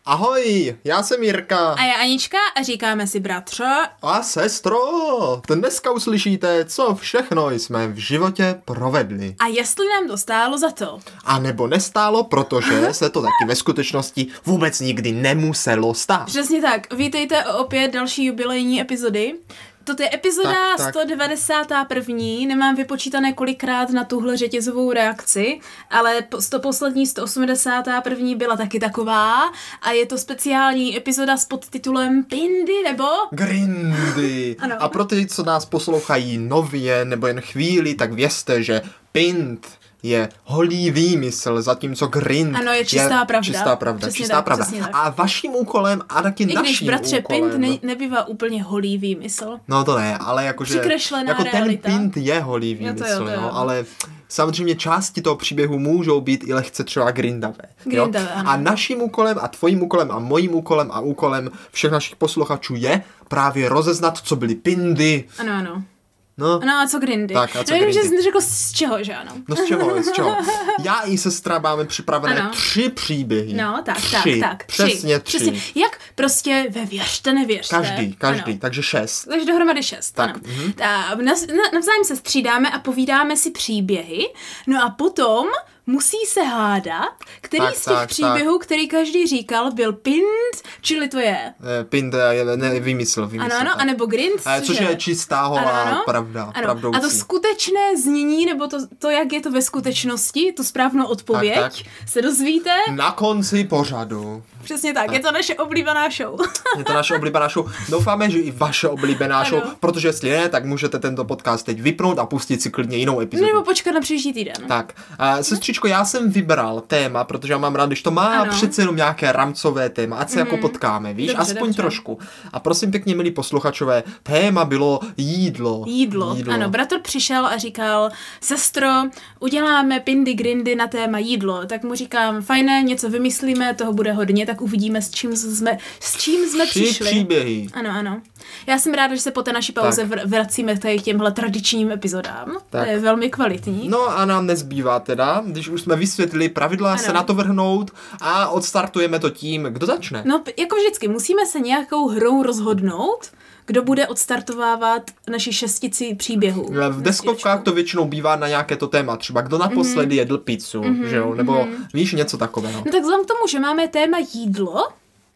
Ahoj, já jsem Jirka. A já Anička a říkáme si bratře. A sestro, dneska uslyšíte, co všechno jsme v životě provedli. A jestli nám to stálo za to. A nebo nestálo, protože se to taky ve skutečnosti vůbec nikdy nemuselo stát. Přesně tak, vítejte opět další jubilejní epizody. Toto je epizoda tak. 191. Nemám vypočítané kolikrát na tuhle řetězovou reakci, ale poslední 181. byla taky taková a je to speciální epizoda s podtitulem Pindy nebo Grindy. Ano. A pro ty, co nás poslouchají nově nebo jen chvíli, tak vězte, že Pind je holý výmysl, zatímco grind ano, je čistá pravda. Čistá pravda, Přesně čistá tak, pravda. přesně tak. A vaším úkolem a taky I když, naším bratře, úkolem... Pind nebývá úplně holý výmysl. No to ne, ale jakože... Přikreslená jako realita. ten Pind je holý výmysl, to jo. no, ale... Samozřejmě části toho příběhu můžou být i lehce třeba grindavé. Grindavé, ano. A naším úkolem a tvojím úkolem a mojím úkolem a úkolem všech našich posluchačů je právě rozeznat, co byly Pindy. Ano. No, No a co grindy? Tak, a co Nevím, grindy? že jsi řekl z čeho, že ano? no z čeho? Já i sestra máme připravené Ano. 3 příběhy. No, tak. Přesně 3. Přesně. Jak prostě ve věřte, nevěřte. Každý, Ano. takže 6. Takže dohromady 6, Tak, ano. A navzájem se střídáme a povídáme si příběhy, no a potom musí se hádat, který Tak, z těch tak, příběhů, který každý říkal, byl Pind, čili to je... Pind je vymysl. Ano, anebo grind, Což je čistá holá pravda. Ano. Pravdoucí. A to skutečné znění, nebo to, jak je to ve skutečnosti, tu správnou odpověď, Tak. se dozvíte. Na konci pořadu. Přesně tak, je to naše oblíbená show. Je to naše oblíbená show. Doufáme, že i vaše oblíbená Ano. show, protože jestli ne, tak můžete tento podcast teď vypnout a pustit si klidně jinou epizodu. Nebo počkat na příští týden. Tak, sestřičko, já jsem vybral téma, protože já mám rád, když to má Ano. přece jenom nějaké rámcové téma, ať se jako potkáme, víš, Dobře, aspoň dobře. trošku. A prosím pěkně, milí posluchačové, téma bylo jídlo. Jídlo. Ano, bratr přišel a říkal, sestro, uděláme pindy grindy na téma jídlo. Tak mu říkám, fajné, něco vymyslíme, toho bude hodně, tak uvidíme, s čím jsme 3 přišli. příběhy. Ano. Já jsem ráda, že se po té naší pauze vracíme k těmhle tradičním epizodám. Tak. To je velmi kvalitní. No a nám nezbývá teda, když už jsme vysvětlili pravidla, Ano. se na to vrhnout a odstartujeme to tím, kdo začne. No, jako vždycky, musíme se nějakou hrou rozhodnout, kdo bude odstartovávat naši 6 příběhů. V deskovkách to většinou bývá na nějaké to téma, třeba kdo naposledy jedl pizzu, že jo, nebo víš, něco takového. No tak vzhledem k tomu, že máme téma jídlo,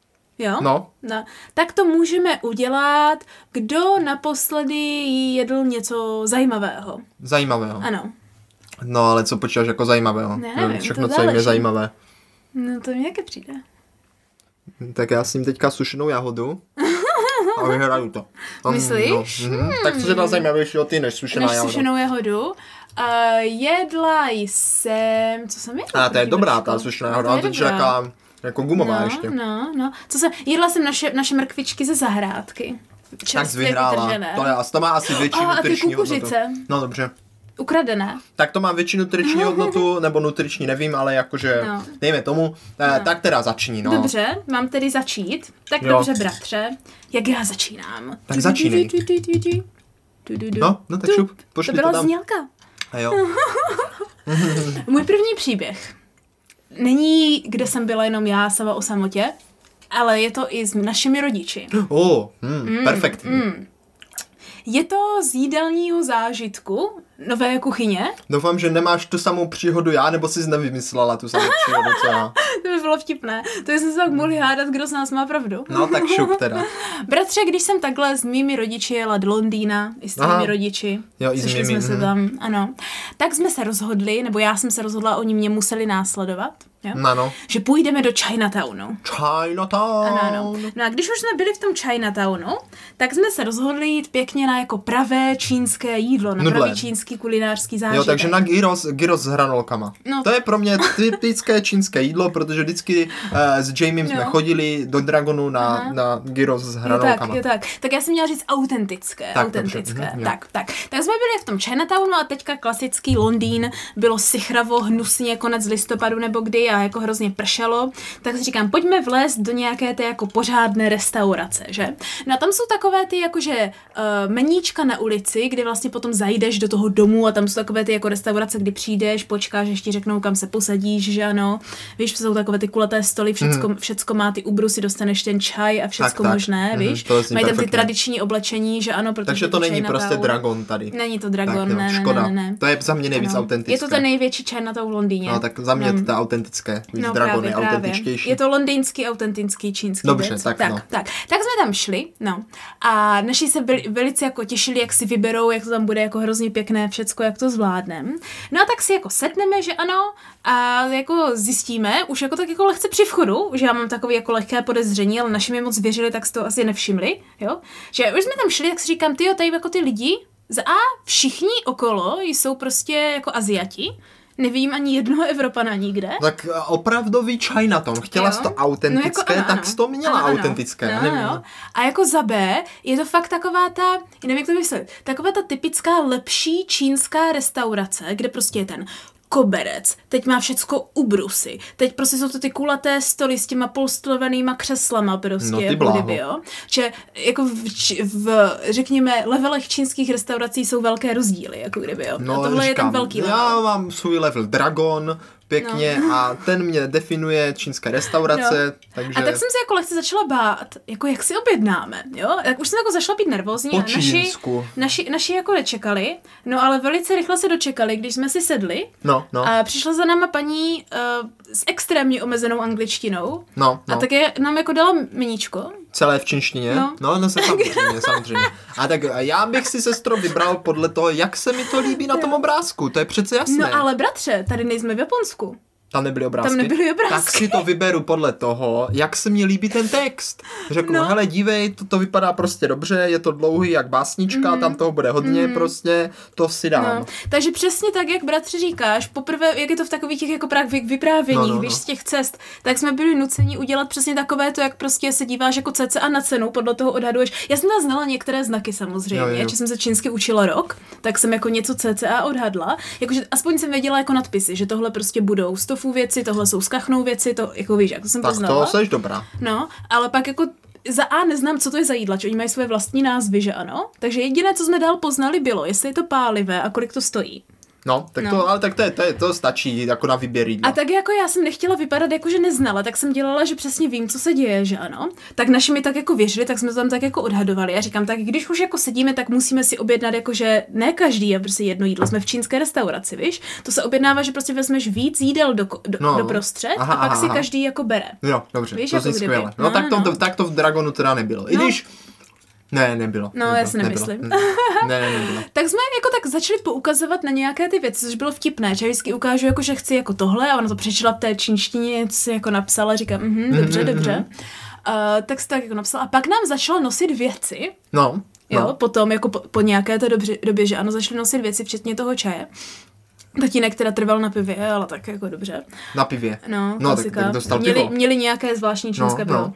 jo? No. Tak to můžeme udělat, kdo naposledy jedl něco zajímavého. Zajímavého. Ano. No ale co počítáš jako zajímavého? Nevím, Všechno, to co jim je záleží. zajímavé. No to mi jaké přijde. Tak já s ním teďka sušenou jahodu a vyhraju to. Myslíš? Tak co se dá zajímavějšího ty než sušená Než jahoda? sušenou jahodu. Jedla jsem... Co jsem jedla? A to je první, dobrá Vašku? ta sušená A jahoda, to ale je to je dobrá. taková jako gumová ještě. No. Jedla jsem naše mrkvičky ze zahrádky. Tak Čerstvě vyhrála. vytržené. To má asi větší A ty nutriční hodnotu. kukuřice. No dobře. Ukradené. Tak to má větší nutriční hodnotu, nebo nutriční, nevím, ale jakože, No. dejme tomu, tak teda začni, no. Dobře, mám tedy začít. Tak Jo. dobře, bratře. Jak já začínám? Tak začínej. No, tak šup, To pošli to byla tam. znělka. A jo. Můj první příběh není, kde jsem byla jenom já sama o samotě, ale je to i s našimi rodiči. Perfektní. Je to z jídelního zážitku nové kuchyně. Doufám, že nemáš tu samou příhodu já, nebo jsi nevymyslela tu samou příhodu, co já. To by bylo vtipné. To jsme se tak mohli hádat, kdo z nás má pravdu. No, tak šup teda. Bratře, když jsem takhle s mými rodiči jela do Londýna, i s tvými rodiči, Jo, i s sešli mými, jsme se tam, ano, tak jsme se rozhodli, nebo já jsem se rozhodla, oni mě museli následovat, jo? No. Že půjdeme do Chinatownu. Chinatown. Ano. No a když už jsme byli v tom Chinatownu, tak jsme se rozhodli jít pěkně na jako pravé čínské jídlo, na Nudle. pravý čínský kulinářský zážitek. Jo, takže na gyros s hranolkama. No. To je pro mě typické čínské jídlo, protože vždycky s Jamiem jsme chodili do Dragonu na gyros s hranolkama. Jo tak. Tak já jsem měla říct autentické. Tak, dobře. Jo. Tak jsme byli v tom Chinatownu a teďka klasický Londýn, bylo sichravo, hnusně, konec listopadu nebo kdy noci a jako hrozně pršelo, tak si říkám, pojďme vlézt do nějaké té jako pořádné restaurace, že? No a tam jsou takové ty jakože meníčka na ulici, kde vlastně potom zajdeš do toho domu a tam jsou takové ty jako restaurace, kdy přijdeš, počkáš, ještě řeknou, kam se posadíš, že ano. Víš, jsou takové ty kulaté stoly, všecko má ty ubrusy, dostaneš ten čaj a všecko možné, víš? Mají tam ty tradiční oblečení, že ano, protože takže to není prostě Dragon tady. Není to Dragon, tak, škoda. Ne. To je za mě nejvíc autentické. Je to ten největší Chinatown v Londýně. No, tak za mě to autentické. Víc Dragon je autentičtější. Je to londýnský, autentický, čínský dobře, věc. tak jsme tam šli, no. A naši se velice jako těšili, jak si vyberou, jak to tam bude jako hrozně pěkné, všecko, jak to zvládneme. No a tak si jako sedneme, že ano, a jako zjistíme, už jako tak jako lehce při vchodu, že já mám takový jako lehké podezření, ale naši mi moc věřili, tak si to asi nevšimli, jo. Že už jsme tam šli, tak si říkám, tyjo, tady jako ty lidi, všichni okolo jsou prostě jako Aziati. Nevím ani jednoho Evropana nikde. Tak opravdový Chinatown. Chtěla jsi to autentické, no jako tak jsi to měla autentické. Ano. A jako za B je to fakt taková ta, nevím jak to vysvětlit, taková ta typická lepší čínská restaurace, kde prostě je ten koberec, teď má všecko ubrusy, teď prostě jsou to ty kulaté stoly s těma polstrovanýma křeslama prostě, no, jako kdyby, jo. Že jako v řekněme, levelech čínských restaurací jsou velké rozdíly, jako kdyby, jo. No, a tohle říkám, je ten velký level. Já mám svůj level Dragon, pěkně a ten mě definuje čínská restaurace, takže... A tak jsem se jako lehce začala bát, jako jak si objednáme, jo? Tak už jsem jako zašla být nervózní po a naši jako nečekali, no ale velice rychle se dočekali, když jsme si sedli a přišla za náma paní s extrémně omezenou angličtinou a také nám jako dala meníčko. Celé v čínštině? No samozřejmě. A tak já bych si, sestro, vybral podle toho, jak se mi to líbí na tom obrázku, to je přece jasné. No ale bratře, tady nejsme v Japonsku. Tam nebyly obrázky. Tak si to vyberu podle toho, jak se mi líbí ten text. Řeknu, hele, dívej, to vypadá prostě dobře, je to dlouhý jak básnička, tam toho bude hodně, prostě to si dám. No. Takže přesně tak, jak bratře říkáš, poprvé, jak je to v takových těch jako vyprávěních, víš, z těch cest, tak jsme byli nuceni udělat přesně takové to, jak prostě se díváš jako cca na cenu, podle toho odhaduješ. Já jsem znala některé znaky samozřejmě, že jsem se čínsky učila rok, tak jsem jako něco cca odhadla, jakože aspoň jsem věděla jako nadpisy, že tohle prostě budou věci, tohle jsou skachnou věci, to jako víš, jak to jsem poznala. Tak to seš dobrá. No, ale pak jako za A neznám, co to je za jídla, oni mají svoje vlastní názvy, že ano? Takže jediné, co jsme dál poznali, bylo, jestli je to pálivé a kolik to stojí. No, tak to, ale tak to stačí jako na výběr jídla. A tak jako já jsem nechtěla vypadat jako, že neznala, tak jsem dělala, že přesně vím, co se děje, že ano. Tak naši mi tak jako věřili, tak jsme to tam tak jako odhadovali. Já říkám, tak když už jako sedíme, tak musíme si objednat jako, že ne každý je prostě jedno jídlo, jsme v čínské restauraci, víš? To se objednává, že prostě vezmeš víc jídel do prostřed a pak si každý jako bere. Jo, dobře, víš, to jako skvěle. No, tak to v Dragonu teda nebylo. I když nebylo. No, já si nemyslím. Nebylo. Tak jsme jako tak začali poukazovat na nějaké ty věci, což bylo vtipné, že vždycky ukážu, jako, že chci jako tohle a ona to přečetla v té čínštině, si jako napsala, říkám, dobře. Tak si tak jako napsala a pak nám začala nosit věci. No. Jo, potom jako po nějaké té době, že ano, začali nosit věci, včetně toho čaje. Tatínek teda trval na pivě, ale tak jako dobře. Na pivě? No tak dostal pivo. Měli nějaké zvláštní čínské pivo.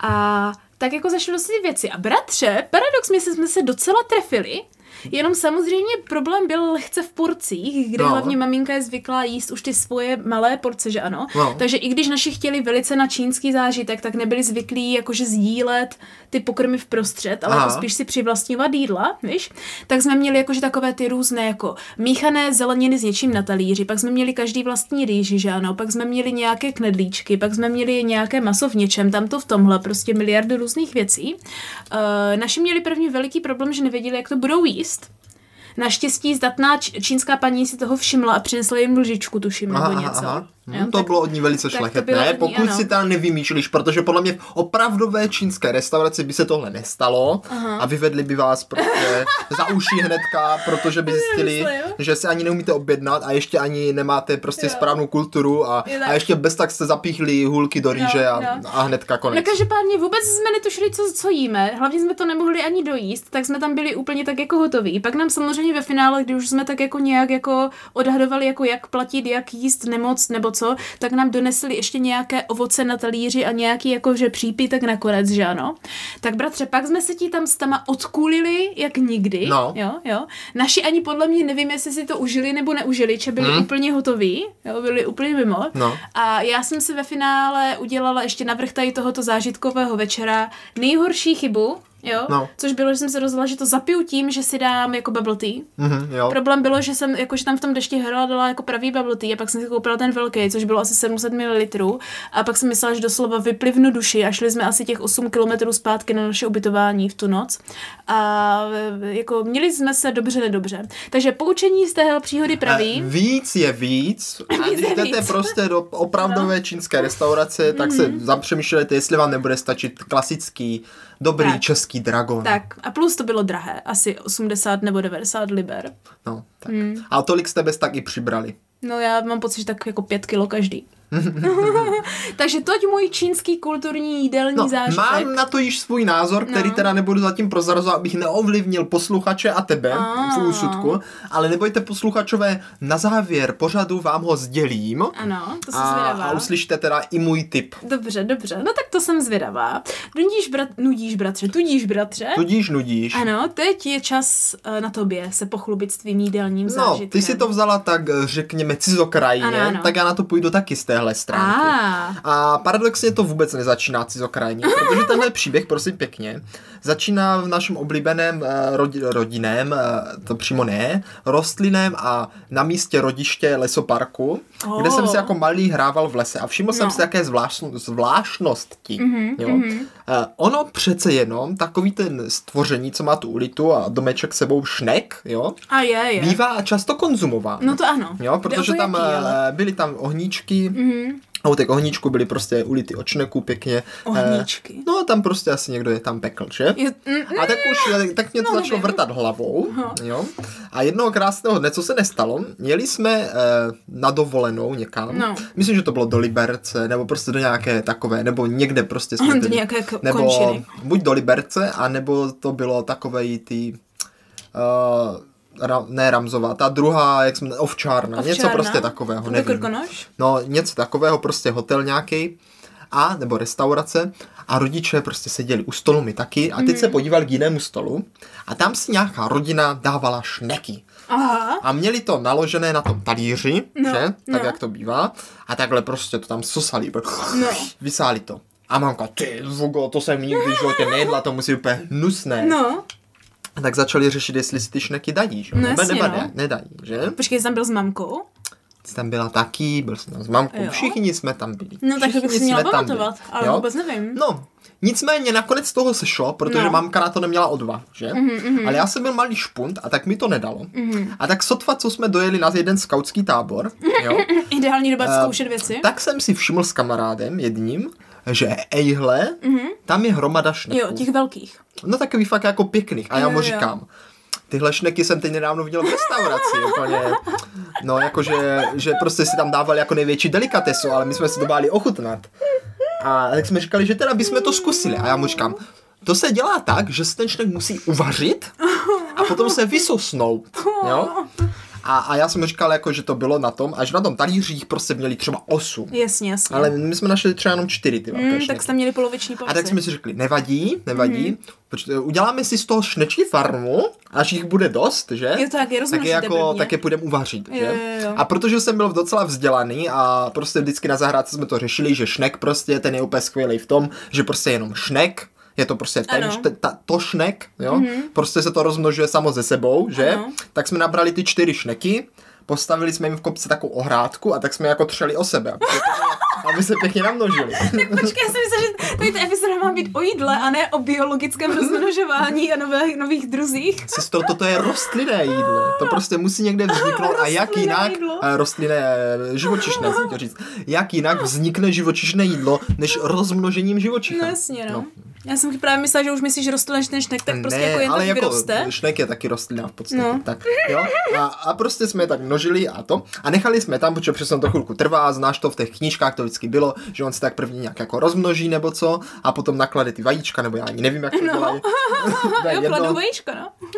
A tak jako začaly dost věci. A bratře, paradoxně jsme se docela trefili, jenom samozřejmě problém byl lehce v porcích, kde hlavně maminka je zvyklá jíst už ty svoje malé porce, že ano. Takže i když naši chtěli velice na čínský zážitek, tak nebyli zvyklí jakože sdílet ty pokrmy vprostřed, ale jako spíš si přivlastňovat jídla, víš? Tak jsme měli jakože takové ty různé jako míchané zeleniny s něčím na talíři, pak jsme měli každý vlastní rýži, že ano, pak jsme měli nějaké knedlíčky, pak jsme měli nějaké maso v něčem, tamto v tomhle, prostě miliardy různých věcí. Naši měli první veliký problém, že nevěděli, jak to budou jíst. Naštěstí zdatná čínská paní si toho všimla a přinesla jim lžičku, tuším, nebo něco. To bylo od ní velice šlechetné, pokud si tam nevymýšlíš, protože podle mě v opravdové čínské restauraci by se tohle nestalo a vyvedli by vás prostě za uši hnedka, protože by zjistili, že si ani neumíte objednat a ještě ani nemáte prostě správnou kulturu a ještě bez tak jste zapíchli hůlky do rýže a hnedka konec. No každopádně vůbec jsme netušili, co jíme, hlavně jsme to nemohli ani dojíst, tak jsme tam byli úplně tak jako hotoví. Pak nám samozřejmě ve finále, když už jsme tak jako nějak jako odhadovali, jako jak platit, jak jíst nemoc, nebo co, tak nám donesli ještě nějaké ovoce na talíři a nějaký jakože přípitek nakonec, že ano. Tak bratře, pak jsme se ti tam s tama odkulili jak nikdy, jo. Naši ani podle mě nevím, jestli si to užili nebo neužili, že byli úplně hotoví, jo, byli úplně mimo. No. A já jsem si ve finále udělala ještě navrch tady tohoto zážitkového večera nejhorší chybu, jo, což bylo, že jsem se rozhodla, že to zapiju tím, že si dám jako bubble tea. Jo. Problém bylo, že jsem jakože tam v tom dešti dala jako pravý bubble tea a pak jsem si koupila ten velký, což bylo asi 700 ml a pak jsem myslela, že doslova vyplivnu duši a šli jsme asi těch 8 kilometrů zpátky na naše ubytování v tu noc a jako měli jsme se dobře nedobře. Takže poučení z téhle příhody praví. Víc je víc a když jdete prostě do opravdové čínské restaurace, tak se zapřemýšlejte, jestli vám nebude stačit klasický dobrý český dragon. Tak a plus to bylo drahé, asi 80 nebo 90 liber. No, tak. A tolik jste bez tak i přibrali. No já mám pocit, že tak jako 5 kilo každý. Takže toť můj čínský kulturní jídelní zážitek. Mám na to již svůj názor, který teda nebudu zatím prozrazovat, abych neovlivnil posluchače a tebe v úsudku, ale nebojte posluchačové, na závěr pořadu vám ho sdělím. Ano, to jsem zvědavá. A uslyšte teda i můj tip. Dobře, no tak to jsem zvědavá. Tudíž bratře. Nudíš. Ano, teď je čas na tobě se pochlubit s tvým jídelním zážitkem. No, ty si to vzala tak, řekněme, cizokrajně, ano. Tak já na to půjdu taky z téhle stránky. A paradoxně to vůbec nezačíná cizokrajně, protože tenhle příběh, prosím pěkně, začíná v našem oblíbeném rodinném, to přímo ne, rostlinném a na místě rodiště lesoparku, kde jsem si jako malý hrával v lese a všiml jsem si jaké zvláštnosti. Ono přece jenom takový ten stvoření, co má tu ulitu a domeček sebou šnek, jo, je. bývá často konzumován. No to ano. Jo, protože tam byly tam ohníčky, a u těch ohníčků byly prostě ulity od šneků pěkně. Ohníčky. No tam prostě asi někdo je tam pekl, že? A tak mě to začalo vrtat hlavou. Jo? A jednoho krásného dne, co se nestalo, jeli jsme na dovolenou někam. Myslím, že to bylo do Liberce, nebo prostě do nějaké takové, nebo někde prostě jsme do nějaké nebo buď do Liberce, a nebo to bylo takovej ty... ne Ramzová, ta druhá, jak jsme, Ovčárna, něco prostě takového, nevím. No, něco takového, prostě hotel nějaký, a nebo restaurace, a rodiče prostě seděli u stolu, my taky, a teď se podívali k jinému stolu a tam si nějaká rodina dávala šneky. Aha. A měli to naložené na tom talíři, že? Tak jak to bývá, a takhle prostě to tam sosali, vysáli to. A mamka, ty vogo, to jsem nikdy v životě nejedla, to musí úplně hnusné. A tak začali řešit, jestli si ty šneky dají, že? Nedají, že? Počkej, jsi tam byl s mamkou? Jsi tam byla taky, byl jsem tam s mamkou, všichni jsme tam byli. No tak bych si měla pamatovat, ale vůbec nevím. No, nicméně nakonec toho se šlo, protože mamka na to neměla odvahu, že? Ale já jsem byl malý špunt a tak mi to nedalo. A tak sotva, co jsme dojeli na jeden skautský tábor, jo? Ideální doba zkoušet věci. Tak jsem si všiml s kamarádem jedním, že ejhle, tam je hromada šneků. Jo, těch velkých. No takový fakt jako pěkných. A já mu říkám, tyhle šneky jsem teď nedávno viděl v restauraci, úplně. No jakože, že prostě si tam dávali jako největší delikatesu, ale my jsme si to báli ochutnat. A tak jsme říkali, že teda bychom to zkusili. A já mu říkám, to se dělá tak, že se ten šnek musí uvařit a potom se vysosnout, jo? A já jsem říkal, jako, že to bylo na tom, a že na tom talířích prostě měli třeba 8. Jasně. Ale my jsme našli třeba jenom 4 ty velké tak jste měli poloviční porci. A tak jsme si řekli, nevadí, uděláme si z toho šneční farmu, až jich bude dost, že? Jo, tak je půjdeme uvařit, že? Jo. A protože jsem byl docela vzdělaný a prostě vždycky na zahrádce jsme to řešili, že šnek prostě, ten je úplně skvělý v tom, že prostě jenom šnek, je to prostě to šnek, jo? Prostě se to rozmnožuje samo ze sebou, že? Ano. Tak jsme nabrali ty 4 šneky, postavili jsme jim v kopce takovou ohrádku a tak jsme jako třeli o sebe, aby se pěkně namnožili. Tak počkej, já jsem myslela, že tady ta epizoda má být o jídle a ne o biologickém rozmnožování a nových druzích. Sestro, toto je rostlinné jídlo. To prostě musí někde vzniknout a jak jinak rostlinné, živočišné, jsem chtěl říct. Jak jinak vznikne živočišné jídlo, než rozmnožením živočicha. No jasně, no. Já jsem právě myslela, že už myslíš, že rostlinný šnek tak prostě jako jen tak vyroste. Šnek je taky rostlina v podstatě. No. Tak, jo? A prostě jsme tak množili a nechali jsme tam, protože přesně to chvilku trvá, znáš to v těch knížkách, to vždycky bylo, že on se tak první nějak jako rozmnoží nebo co a potom naklade ty vajíčka, nebo já ani nevím, jak to dělají. Jo, kladu vajíčka, no.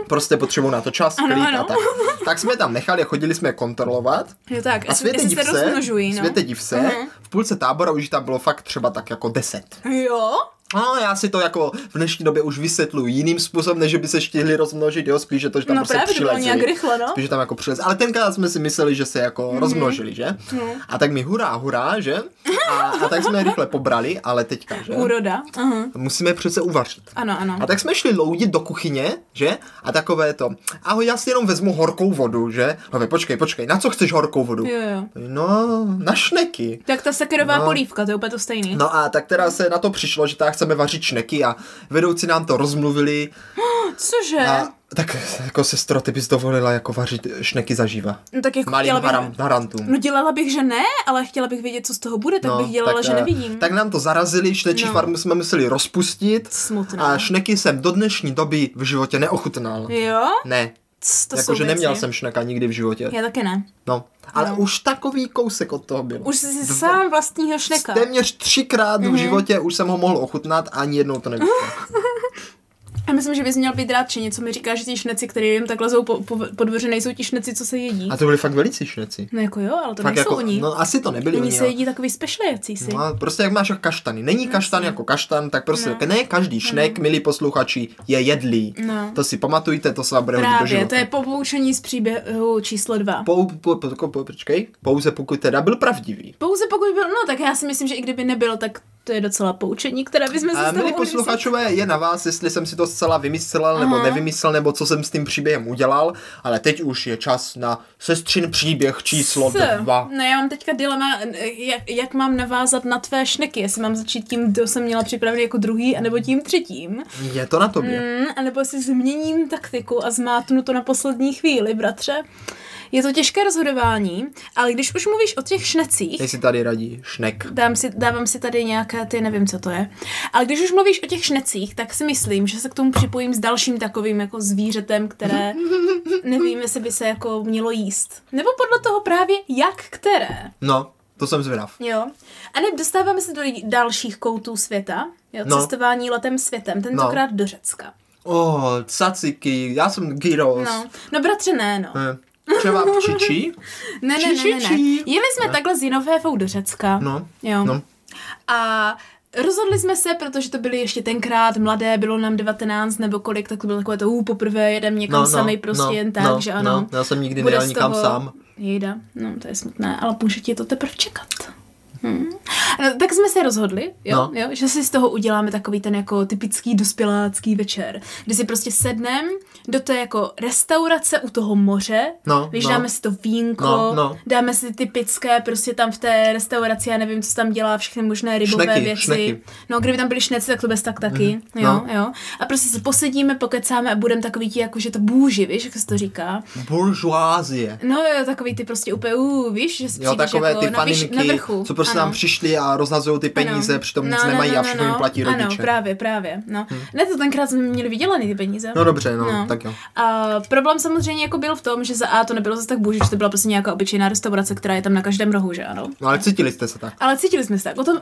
prostě potřebují na to čas, klid a tak. Tak jsme tam nechali a chodili jsme kontrolovat. Jo tak, a světe div se, v půlce tábora už tam bylo fakt třeba tak jako 10. Jo? No, já si to jako v dnešní době už vysvětluji jiným způsobem, než by se štihli rozmnožit, jo, spíš, že to, že tam prostě přilezli. Nějak rychle, no. Spíš, že tam jako přilezli. Ale tenkrát jsme si mysleli, že se jako rozmnožili, že? A tak mi hurá, že? A tak jsme je rychle pobrali, ale teďka, že? Úroda. Musíme přece uvařit. Ano. A tak jsme šli loudit do kuchyně, že? A takové to, ahoj, já si jenom vezmu horkou vodu, že? No, počkej, na co chceš horkou vodu? Jo. No, na šneky. Tak ta sekerová polívka, to je úplně to stejný. No a tak teda se na to přišlo, že tak chceme vařit šneky a vedoucí nám to rozmluvili. Cože? A tak jako sestro, ty bys dovolila jako vařit šneky zaživa. No tak jako malým harantům. No dělala bych, že ne, ale chtěla bych vědět, co z toho bude, tak bych dělala, že nevidím. Tak nám to zarazili, šnečí farmu jsme museli rozpustit. Smutné. A šneky jsem do dnešní doby v životě neochutnal. Jo? Ne. Jakože neměl jsem šneka nikdy v životě. Já taky ne. No, ale už takový kousek od toho byl. Už jsi sám vlastního šneka. Téměř 3krát v životě už jsem ho mohl ochutnat a ani jednou to nevyšlo. Já myslím, že bys měl být rád, že něco mi říká, že ti šneci, který jim takhle jsou po dvoře, nejsou ti šneci, co se jedí. A to byli fakt velicí šneci. No jako jo, ale to fakt nejsou jako, oni. No asi to nebyli oni. Oni se jedí takový specialiací si. No, prostě jak máš jako kaštany. Není kaštan jako kaštan, tak prostě ne každý šnek, milí posluchači, je jedlý. No. To si pamatujte, to se vám bude hodit do života. To je poučení z příběhu číslo 2. Počkej, pouze pokud teda byl pravdivý. Pouze pokud byl, no tak já si myslím, že i kdyby nebyl, tak to je docela poučení, které bychom se z toho milí posluchačové, je na vás, jestli jsem si to zcela vymyslel nebo nevymyslel, nebo co jsem s tím příběhem udělal, ale teď už je čas na sestřin příběh číslo 2. No já mám teďka dilema, jak mám navázat na tvé šneky, jestli mám začít tím, kdo jsem měla připravený jako druhý, anebo tím třetím. Je to na tobě. Anebo si změním taktiku a zmátnu to na poslední chvíli, bratře. Je to těžké rozhodování, ale když už mluvíš o těch šnecích... Ty si tady radí šnek. Dávám si tady nějaké, ty nevím, co to je. Ale když už mluvíš o těch šnecích, tak si myslím, že se k tomu připojím s dalším takovým jako zvířetem, které nevím, jestli by se jako mělo jíst. Nebo podle toho právě jak které. No, to jsem zvědav. Jo. A dostáváme se do dalších koutů světa. Jo, cestování letem světem, tentokrát do Řecka. Tzatziki, já jsem gyros. No bratře, ne, no. Třeba pčičí? Ne. Jeli jsme takhle s Jinoféfou do Řecka. Jo. A rozhodli jsme se, protože to byli ještě tenkrát mladé, bylo nám 19 nebo kolik, tak to bylo takové to poprvé jedem někam sami prostě jen tak, že ano. Já jsem nikdy nejel nikam sám. Jejda, no to je smutné, ale může ti to teprve čekat. No, tak jsme se rozhodli, že si z toho uděláme takový ten jako typický dospělácký večer, kdy si prostě sednem do té jako restaurace u toho moře, dáme si to vínko, dáme si typické prostě tam v té restauraci, já nevím, co tam dělá, všechny možné rybové věci. Šneki. No, kdyby tam byli šneci, tak to bez tak taky, jo. A prostě si posedíme, pokecáme a budeme takový ti jako, že to bůži, víš, jak se to říká. Buržoázie. No jo, takový ty prostě úplně, víš, že si přijdeš takové jako ty faninky, na vrchu. Co prostě tam přišli a rozhazují ty peníze, přitom nic nemají a všechno jim platí rodiče. Ano, právě. No. Ne, to tenkrát jsme měli vydělaný ty peníze. No dobře, tak jo. A problém samozřejmě jako byl v tom, že za A to nebylo zase tak bůže, že to byla prostě nějaká obyčejná restaurace, která je tam na každém rohu, že ano. No ale cítili jste se tak. O tom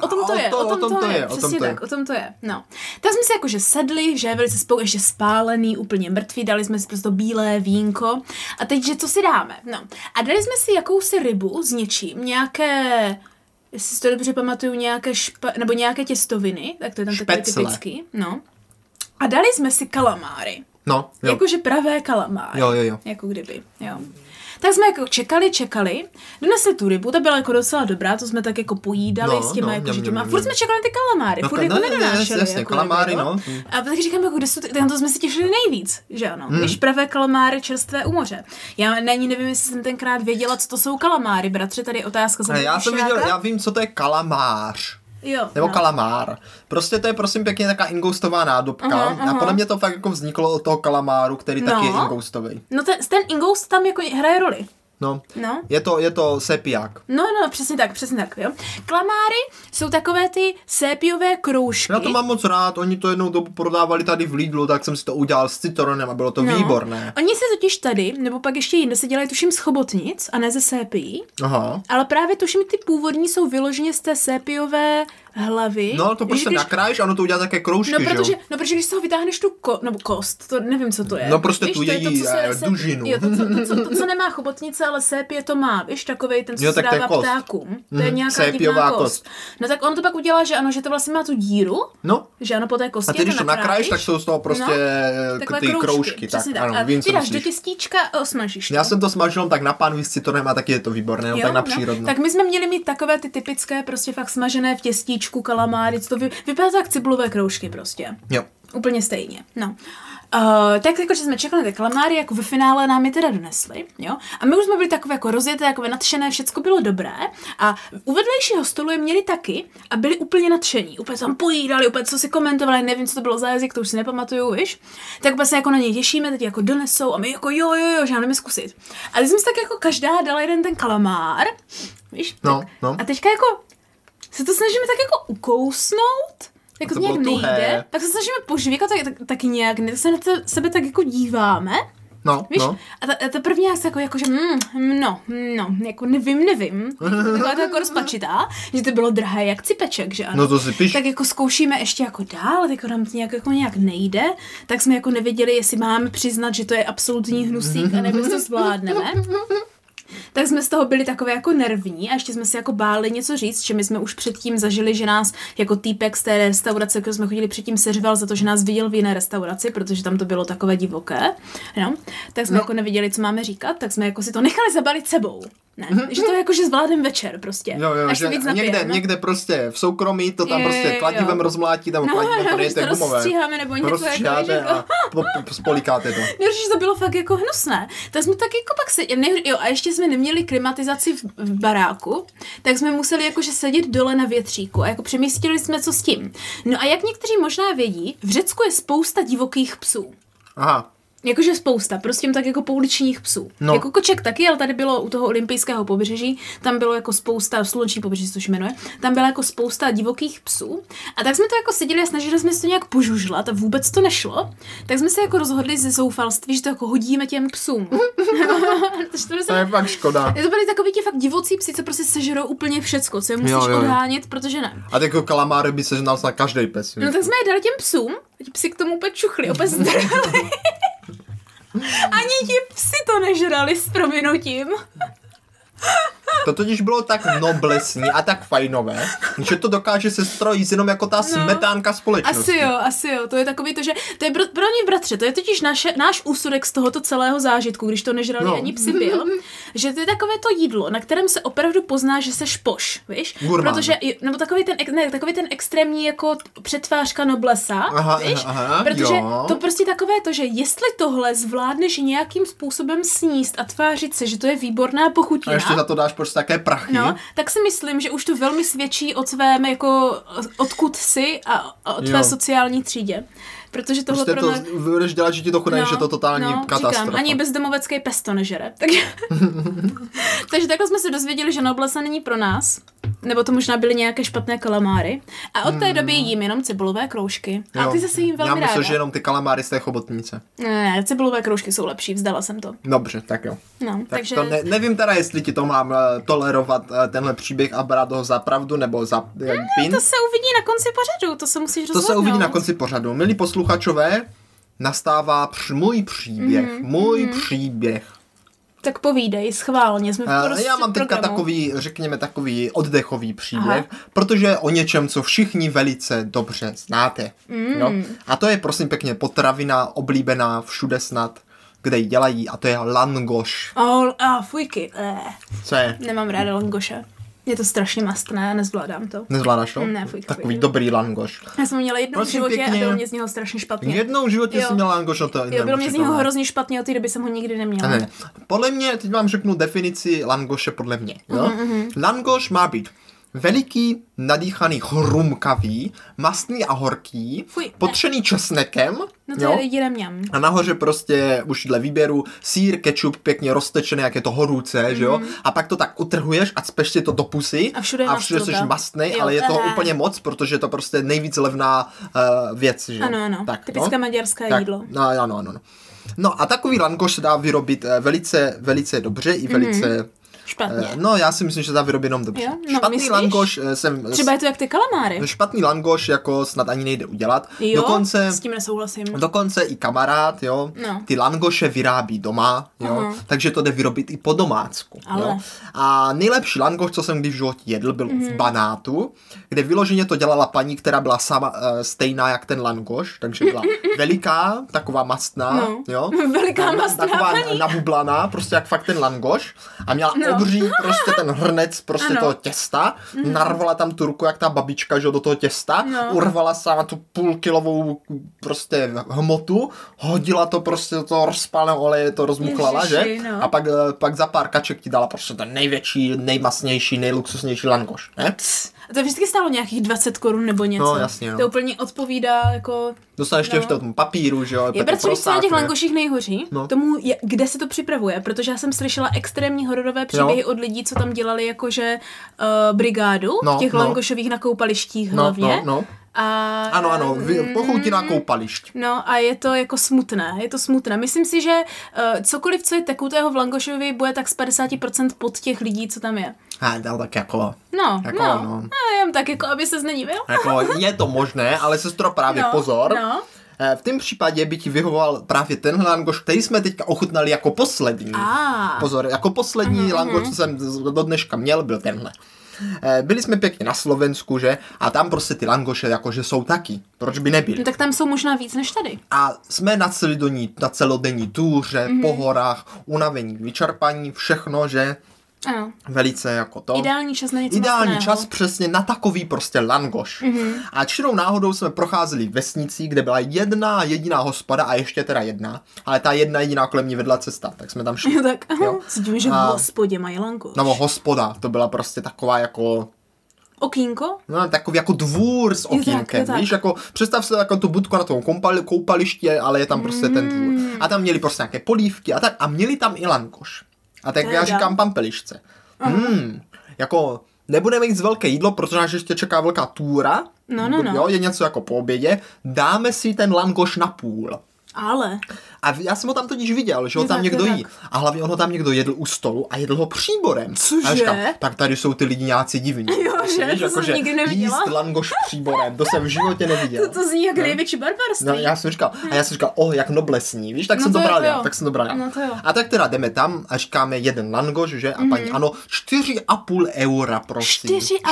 to je. No. Tak jsme si jakože sedli, že velice ještě spálený, úplně mrtví, dali jsme si prostě bílé vínko a teď, že co si dáme? No. A dali jsme si jakousi rybu s něčím, nějaké, jestli si to dobře pamatuju, nebo nějaké těstoviny, tak to je tam takové typický. No. A dali jsme si kalamáry. No, jo. Jakože pravé kalamáry. Jo. Jako kdyby, jo. Tak jsme jako čekali, donesli tu rybu, ta byla jako docela dobrá, to jsme tak jako pojídali s těma jako žitěma. A furt jsme čekali ty kalamáry, furt jako nedonášeli. Jasně, jako kalamáry, no. A tak říkám, jako kde jsou na to jsme si těšili nejvíc, že ano. Víš, pravé kalamáry čerstvé u moře. Já nevím, jestli jsem tenkrát věděla, co to jsou kalamáry, bratře, tady je otázka za já vím, co to je kalamář. Jo, nebo kalamár. Prostě to je prosím pěkně taková ingoustová nádobka a podle mě to fakt jako vzniklo od toho kalamáru, který taky je ingoustový. No ten ingoust tam jako hraje roli. No. Je to sépiák. No, přesně tak, jo. Klamáry jsou takové ty sépiové kroužky. Já to mám moc rád, oni to jednou dobu prodávali tady v Lidlu, tak jsem si to udělal s citronem a bylo to výborné. Oni se totiž tady, nebo pak ještě jinde se dělají tuším z chobotnic a ne ze sépií. Aha. Ale právě tuším ty původní jsou vyloženě z té sépiové hlavy. No, to prostě nakrájíš a ono to udělá také kroužky, protože když z toho vytáhneš tu kost, to nevím, co to je. No prostě tu její dužinu. Jo, to, co nemá chobotnice, ale sépie to má, víš, takovej ten, co se dává ptákům. To je nějaká divná kost. No tak on to pak udělá, že ano, že to vlastně má tu díru, že ano, po té kosti. A ty, když to nakrájíš, tak jsou z toho prostě ty kroužky. Tak, ano, vím, co myslíš. Ty dáš do těstíčka a smažíš to. Já jsem to smažil tak na pánvi s citonem a taky je to výborné, tak na přírodno. Tak my jsme měli mít takové ty typické prostě fakt smažené v těstíčku kalamáry, to vypadá tak ciblové kroužky prostě. Jo. Úplně stejně, no. Tak jakože jsme čekali ty kalamáry, jako ve finále nám je teda donesli, jo. A my už jsme byli takové jako rozjeté, jako nadšené, všecko bylo dobré. A u vedlejšího stolu je měli taky a byli úplně nadšení. Úplně tam pojídali, úplně co si komentovali, nevím, co to bylo za jazyk, to už si nepamatuju, víš. Tak úplně se jako na něj těšíme, teď jako donesou a my jako jo, že jdeme zkusit. A teď jsme si tak jako každá dala jeden ten kalamár, víš. No. A teďka jako se to snažíme tak jako ukousnout. Jako to nějak nejde, tak se snažíme požvíkat taky nějak, tak se na sebe tak jako díváme, víš? A ta první jak se jako že jako nevím, taková to jako rozpačitá, že to bylo drahé jak cipeček, že ano. No to si píš. Tak jako zkoušíme ještě jako dál, tak nám to nějak nejde, tak jsme jako nevěděli, jestli máme přiznat, že to je absolutní hnusík, anebo to zvládneme. Tak jsme z toho byli takové jako nervní a ještě jsme si jako báli něco říct, že my jsme už předtím zažili, že nás jako týpek z té restaurace, kterou jsme chodili předtím, seřval za to, že nás viděl v jiné restauraci, protože tam to bylo takové divoké, no. Tak jsme jako nevěděli, co máme říkat, tak jsme jako si to nechali zabalit sebou. Ne, že to je jako, že zvládnem večer prostě. Jo, až že víc někde prostě v soukromí to tam prostě kladivem rozmlátí, tam kladivem to nejste gumové. Rozstříháme nebo něco jako, a spolikáte to. Že to bylo fakt jako hnusné. Tak jsme tak jako pak a ještě jsme neměli klimatizaci v baráku, tak jsme museli jakože sedět dole na větříku a jako přemístili jsme co s tím. No a jak někteří možná vědí, v Řecku je spousta divokých psů. Aha. Jakože spousta, prostě tak jako pouličních psů. No. Jako koček taky, ale tady bylo u toho olympijského pobřeží, tam bylo jako spousta, sluneční pobřeží se to jmenuje, tam byla jako spousta divokých psů. A tak jsme to jako seděli a snažili jsme se to nějak požužlat a vůbec to nešlo. Tak jsme se jako rozhodli ze zoufalství, že to jako hodíme těm psům. To je fakt škoda. To byly takový ti fakt divocí psi, co prostě sežerou úplně všecko, co je musíš odhánět, protože ne. A tak jako kalamáry by sežnal na každý pes. No tak jsme je dali těm psům, a ti psi k tomu úplně čuchli, opět zdrali. Ani ti psi to nežrali s prominutím. To totiž bylo tak noblesní a tak fajnové, že to dokáže se strojit jenom jako ta smetánka společnosti. Asi jo, to je takový to, že to je pro mě, bratře, to je totiž náš úsudek z tohoto celého zážitku, když to nežrali ani psi byl, že to je takové to jídlo, na kterém se opravdu pozná, že seš poš, víš? Gurmán. Protože, nebo takový ten extrémní jako přetvářka noblesa, víš? Protože to prostě takové to, že jestli tohle zvládneš nějakým způsobem sníst a tvářit se, že to je výborná pochutina. A ještě za to dáš prostě také prachy. No, tak si myslím, že už to velmi svědčí o tvém, jako odkud jsi a o tvé sociální třídě. Protože tohle prostě pro mě... to budeš dělat, že ti to chudá, že to totální katastrofa. Říkám, ani bezdomovecký pes to nežere. Takže takhle jsme se dozvěděli, že noblesa není pro nás. Nebo to možná byly nějaké špatné kalamáry. A od té doby jím jenom cibulové kroužky. A ty zase jím velmi ráda. Já myslím, že jenom ty kalamáry z té chobotnice. Ne, cibulové kroužky jsou lepší, vzdala jsem to. Dobře, tak jo. No, tak takže... to nevím teda, jestli ti to mám tolerovat, tenhle příběh a brát ho za pravdu, nebo za pin. To se uvidí na konci pořadu, to se musíš rozhodnout. To se uvidí na konci pořadu. Milí posluchačové, nastává můj příběh. Tak povídej, schválně. Já mám teďka takový oddechový příběh, protože o něčem, co všichni velice dobře znáte. No? A to je prosím pěkně potravina oblíbená všude snad, kde ji dělají, a to je langoš. Fujky. Co je? Nemám ráda langoše. Je to strašně mastné, nezvládám to. Nezvládáš to? Ne, fujky. Takový dobrý langoš. Já jsem měla jednou v životě a bylo mě z něho strašně špatně. Jednou v životě jsem měla langoš, no to bylo mě z něho hrozně špatně, od té doby jsem ho nikdy neměla. Ne. Podle mě, teď vám řeknu definici langoše podle mě. Jo? Langoš má být veliký, nadýchaný, chrumkavý, mastný a horký, potřený česnekem. No to je lidi nemňam. A nahoře prostě už dle výběru sýr, kečup, pěkně roztečený, jak je to horůce, že jo? A pak to tak utrhuješ a cpeš si to do pusy. A všude jsi mastnej, ale je to úplně moc, protože je to prostě nejvíc levná věc, že jo? Ano. Tak, typické maďarské jídlo. Ano. No a takový langoš se dá vyrobit velice, velice dobře i velice Špatně. No, já si myslím, že to vyrobí jenom dobře. Jo? No, špatný myslíš? langoš Třeba je to jak ty kalamáry. Špatný langoš jako snad ani nejde udělat. Jo, dokonce, s tím nesouhlasím. Dokonce i kamarád, jo, ty langoše vyrábí doma, jo, takže to jde vyrobit i po domácku. Jo. A nejlepší langoš, co jsem kdy v životě jedl, byl v Banátu, kde vyloženě to dělala paní, která byla sama stejná jak ten langoš, takže byla veliká, taková mastná, jo. Veliká mastná taková paní. nabublaná, prostě jak fakt ten langoš a měla obří prostě ten hrnec prostě toho těsta, narvala tam tu ruku jak ta babička, že do toho těsta, urvala sama tu půlkilovou prostě hmotu, hodila to prostě do toho rozpáleného oleje, to rozmuchlala, že? A pak za pár kaček ti dala prostě ten největší, nejmasnější, nejluxusnější langoš, ne? A to vždycky stálo nějakých 20 korun nebo něco. No, jasně, no. To úplně odpovídá jako... Dostaneš ještě v tom papíru, že jo? Je bratře, víš, co na těch langoších nejhoří? Tomu, kde se to připravuje, protože já jsem slyšela extrémní hororové příběhy od lidí, co tam dělali jakože brigádu v těch langošových na koupalištích hlavně. A, ano, pochoutí na koupališť. No a je to jako smutné, Myslím si, že cokoliv, co je tekutého v langošovi, bude tak z 50% pod těch lidí, co tam je. Tak jako... No. Jen tak jako, aby se znenivil. Jako, je to možné, ale sestro, právě pozor. V tom případě by ti vyhovoval právě ten langoš, který jsme teďka ochutnali jako poslední. Pozor, jako poslední langoš, co jsem do dneška měl, byl tenhle. Byli jsme pěkně na Slovensku, že? A tam prostě ty langoše jakože jsou taky. Proč by nebyly? No, tak tam jsou možná víc než tady. A jsme na celodenní túře, po horách, unavení, vyčerpaní, všechno, že? Ano. Velice jako to. Ideální čas na něco Ideální čas přesně na takový prostě langoš. A čirou náhodou jsme procházeli vesnicí, kde byla jedna jediná hospoda a ještě teda jedna. Ale ta jedna jediná kolem ní vedla cesta, tak jsme tam šli. Tak, cítím, že v hospodě mají langoš. No, hospoda, to byla prostě taková jako... Okýnko? No, takový jako dvůr s okýnkem, víš, jako představ se jako tu budku na tom koupališti, ale je tam prostě ten dvůr. A tam měli prostě nějaké polívky a tak a měli tam i langoš. A tak já říkám pampelišce. Jako nebudeme jít z velké jídlo, protože nás ještě čeká velká túra. Jo, je něco jako po obědě. Dáme si ten langoš na půl. Ale... A já jsem ho tam totiž viděl, že ho tam někdo jí. A hlavně on ho tam někdo jedl u stolu a jedl ho příborem. Cože? A říkám, tak tady jsou ty lidi nějací divní. Jo, že? To jako, jsem nikdy neviděla. Jíst langoš příborem, to jsem v životě neviděl. To zní jak největší barbarství. No, já jsem říkal, jak noblesní, víš, tak jsem to bral já. No to jo. A tak teda jdeme tam a říkáme jeden langoš, že? A paní, ano, 4,5 eura, prosím.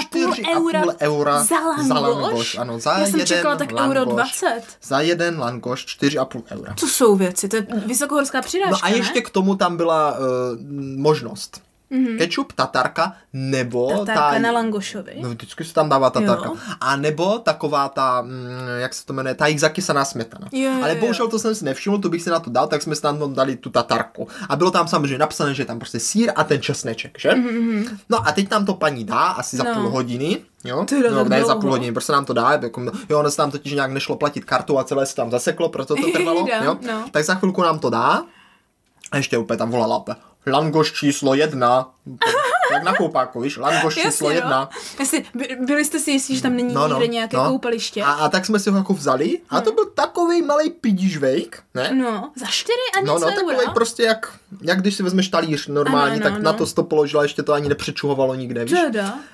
4,5 eura za langoš? Ano, za já jeden jsem čekala tak langoš. euro 20. Za jeden langoš 4,5 eura. To jsou věci, to je vysokohorská přirážka, No a ještě k tomu tam byla možnost. Kečup, tatarka, nebo tatarka na langošovi. No vždycky se tam dává tatarka. Jo. A nebo taková ta, jak se to jmenuje, ta jich zakysaná smetana. Ale bohužel to jsem si nevšiml, to bych si na to dal, tak jsme si tam dali tu tatarku. A bylo tam samozřejmě napsané, že je tam prostě sýr a ten česneček, že? No a teď nám to paní dá asi za půl hodiny. Jo? No, ne za půl hodiny, prostě nám to dá, jako, ono se nám totiž nějak nešlo platit kartu a celé se tam zaseklo, proto to trvalo. Jo? No. Tak za chvilku nám to dá a ještě úplně tam volala langoš číslo 1. Jak na koupáku, víš? Langoš číslo 1. Byli jste si jistí, že tam není nikde nějaké koupaliště? A tak jsme si ho jako vzali a to byl takovej malej pidížvejk, ne? No, za 4 a něco eura. Takovej prostě jak když si vezmeš talíř normální, tak na to to položila, ještě to ani nepřečuhovalo nikde, víš?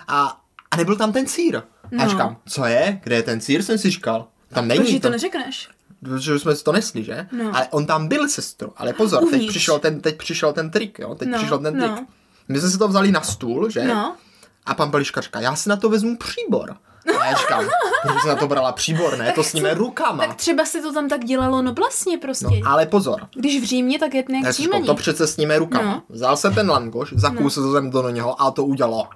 A nebyl tam ten sýr. A říkám, co je? Kde je ten sýr, jsem si říkal. Tam není. Proč to neřekneš? Protože jsme si to nesli, že? No. Ale on tam byl, sestro. Ale pozor, teď přišel ten trik, jo? Přišel ten trik. My jsme si to vzali na stůl, že? No. A pan Peliška říká, já si na to vezmu příbor. A já říkám, protože jsi na to brala příbor, ne? To sníme rukama. Tak třeba si to tam tak dělalo noblesně prostě. No, ale pozor. Když v Římě, tak je to nějak příjmení. To přece sníme rukama. No. Vzal se ten langoš, zakousil jsem do něho a to udělalo.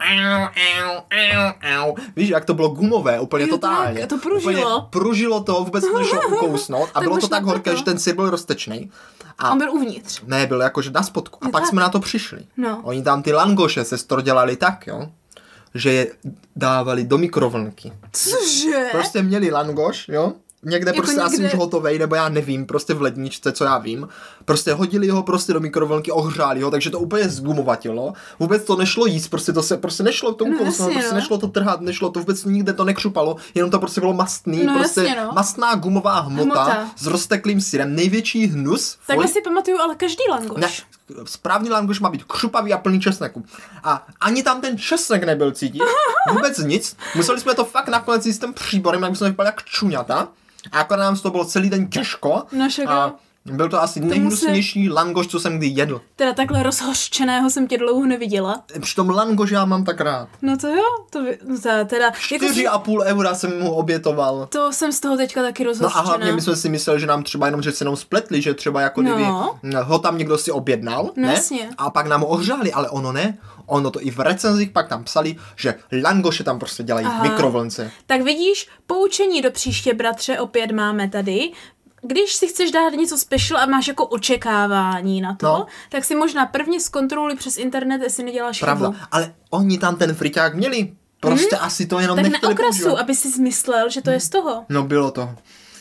Víš, jak to bylo gumové, úplně totálně. Tak, to pružilo. Úplně pružilo to, vůbec to nešlo ukousnout a bylo to tak horké, že ten syr byl roztečný. A on byl uvnitř. Ne, byl jakože na spodku. A pak jsme na to přišli. No. Oni tam ty langoše sestro dělali tak, jo, že je dávali do mikrovlnky. Cože? Prostě měli langoš, jo, někde Jako prostě někde... asi už hotovej, nebo já nevím, prostě v ledničce, co já vím. Prostě hodili ho prostě do mikrovlnky, ohřáli ho, takže to úplně zgumovatilo. Vůbec to nešlo jíst, prostě to se prostě nešlo to ukousnout, prostě nešlo to trhat, nešlo to vůbec nikde to nekřupalo, jenom to prostě bylo mastný, prostě mastná gumová hmota s rozteklým syrem, největší hnus. Takhle si pamatuju, ale každý langoš. Ne, správný langoš má být křupavý a plný česneku. A ani tam ten česnek nebyl cítit, vůbec nic. Museli jsme to fakt nakonec jíst tím příborem, jak jsme vypadali jak čuňata. A akorát nám to bylo celý den těžko. A byl to asi nejhnusnější langoš, co jsem kdy jedl. Teda takhle rozhořčeného jsem tě dlouho neviděla. Přitom langoš já mám tak rád. No to jo, teda... 4,5 eura jsem mu obětoval. To jsem z toho teďka taky rozhořčená. No a hlavně my jsme si mysleli, že nám třeba jenom, že se nám spletli, že třeba jako kdyby ho tam někdo si objednal, ne? Jasně. A pak nám ho ohřáli, ale ono ne. Ono to i v recenzích pak tam psali, že langoše tam prostě dělají v mikrovlnce. Tak vidíš, poučení do příště, bratře, opět máme tady. Když si chceš dát něco special a máš jako očekávání na to, tak si možná prvně zkontroluj přes internet, jestli neděláš chybu. Pravda, ale oni tam ten friťák měli. Prostě asi to jenom nechtěli používat. Tak na okrasu, používat. aby si zmyslel, že to je z toho. No bylo to.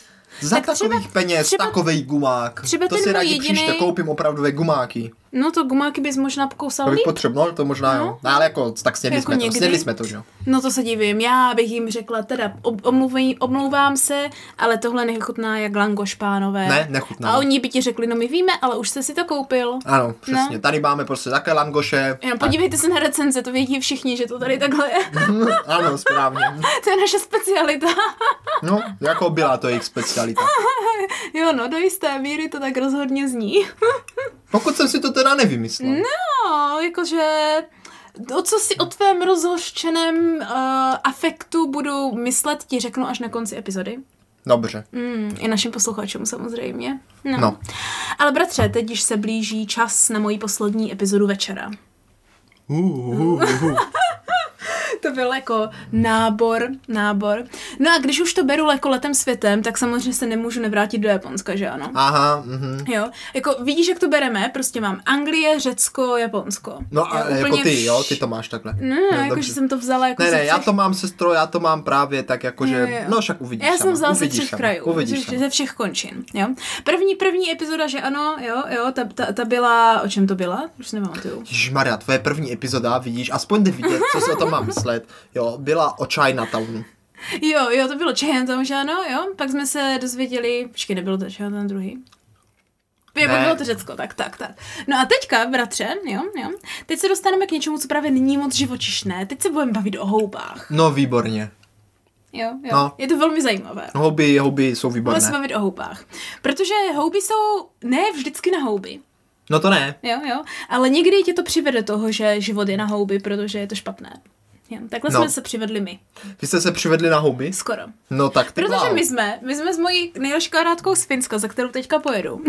Za tak takových peněz, takovej gumák. To si rádi příště koupím opravdové gumáky. No to gumáky bys možná pokousal líp. To bych potřeboval, to možná jo. No, ale jako tak snědli jsme to, že jo. No to se divím, já bych jim řekla, teda omlouvám se, ale tohle nechutná jak langoš, pánové. Ne, nechutná. A oni by ti řekli, no my víme, ale už jste si to koupil. Ano, přesně, tady máme prostě také langoše. Jenom podívejte se na recenze, to vědí všichni, že to tady takhle je. Ano, správně. To je naše specialita. No, jako byla to jejich specialita. Jo, no, do jisté míry to tak rozhodně zní. Pokud jsem si to teda nevymyslel. No, jakože co si o tvém rozhořčeném afektu budu myslet, ti řeknu až na konci epizody. Dobře. I našim posluchačům samozřejmě. No. Ale bratře, teď již se blíží čas na moji poslední epizodu večera. To byl jako nábor. No a když už to beru jako letem světem, tak samozřejmě se nemůžu nevrátit do Japonska, že ano? Aha, Jo, jako vidíš, jak to bereme, prostě mám Anglie, Řecko, Japonsko. No a jako ty, jo, ty to máš takhle. No, jakože jsem to vzala jako Ne, já to mám, sestro, já to mám právě tak jakože, no však uvidíš. Já jsem vzala ze 3 krajů, ze všech končin, jo. První epizoda, že ano, jo, ta byla, o čem to byla? Už nepamatuju. Ježišmarja, tvoje první epizoda, vidíš, aspoň jde vidět, co si o tom mám myslet. Jo, byla o Chinatownu. Jo, to bylo Chinatown, že ano, jo. Pak jsme se dozvěděli, počkej, nebylo to Chinatown druhý. Bylo to Řecko, tak. No a teďka, bratře, jo, teď se dostaneme k něčemu, co právě není moc živočišné. Teď se budeme bavit o houbách. No, výborně. Jo, no. Je to velmi zajímavé. Houby jsou výborné. Budeme se bavit o houbách. Protože houby jsou ne vždycky na houby. No to ne. Jo, ale někdy tě to přivede toho, že život je na houby, protože je to špatné. Jo, takhle jsme se přivedli my. Vy jste se přivedli na houby? Skoro. No tak ty protože my jsme s mojí nejlepší kamarádkou z Finska, za kterou teďka pojedu.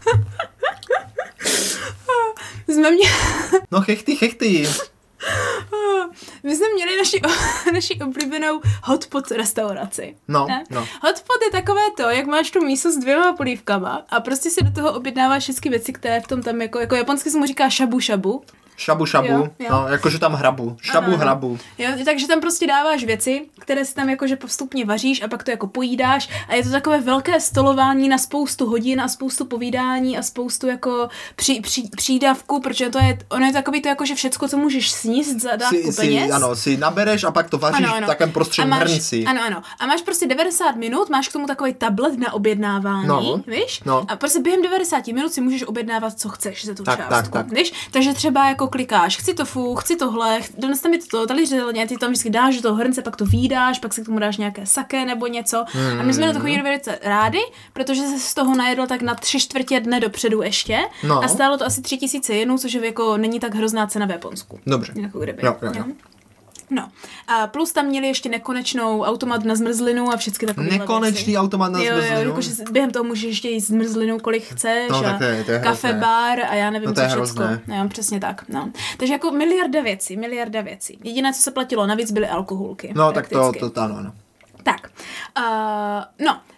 No chechty. My jsme měli naši oblíbenou hotpot restauraci. No. Hotpot je takové to, jak máš tu mísu s 2 polívkama a prostě si do toho objednáváš všechny věci, které v tom tam jako japonsky se mu říká shabu shabu. Šabu, jo. No, jakože tam hrabu. Hrabu. Jo, takže tam prostě dáváš věci, které si tam jakože postupně vaříš a pak to jako pojídáš a je to takové velké stolování na spoustu hodin a spoustu povídání a spoustu jako přídavku, protože ono je takový to jako, že všecko, co můžeš sníst za dávku peněz. Ano, si nabereš a pak to vaříš v takém prostředním hrnci. Ano. A máš prostě 90 minut, máš k tomu takový tablet na objednávání, víš? No. A prostě během 90 minut si můžeš objednávat, co chceš za tu částku, víš? Takže třeba jako klikáš, chci tofu, chci tohle, dones mi to talířelně, ty tam vždycky dáš do toho hrnce, pak to výdáš, pak si k tomu dáš nějaké sake nebo něco. A my jsme na to chodili velice rádi, protože se z toho najedlo tak na 3/4 dne dopředu ještě. No. A stálo to asi 3000 jenů, což je jako není tak hrozná cena v Japonsku. Dobře. Jako kdyby. Jo. No. A plus tam měli ještě nekonečnou automat na zmrzlinu a všechny takové nekonečný věci. Automat na zmrzlinu? Jo, jakože během toho můžeš ještě jíst zmrzlinu, kolik chceš. No, tak to je kafe bar a já nevím, co všecko. No, přesně tak. No. Takže jako miliarda věcí. Jediné, co se platilo navíc, byly alkoholky. No, tak to ano. Tak. No,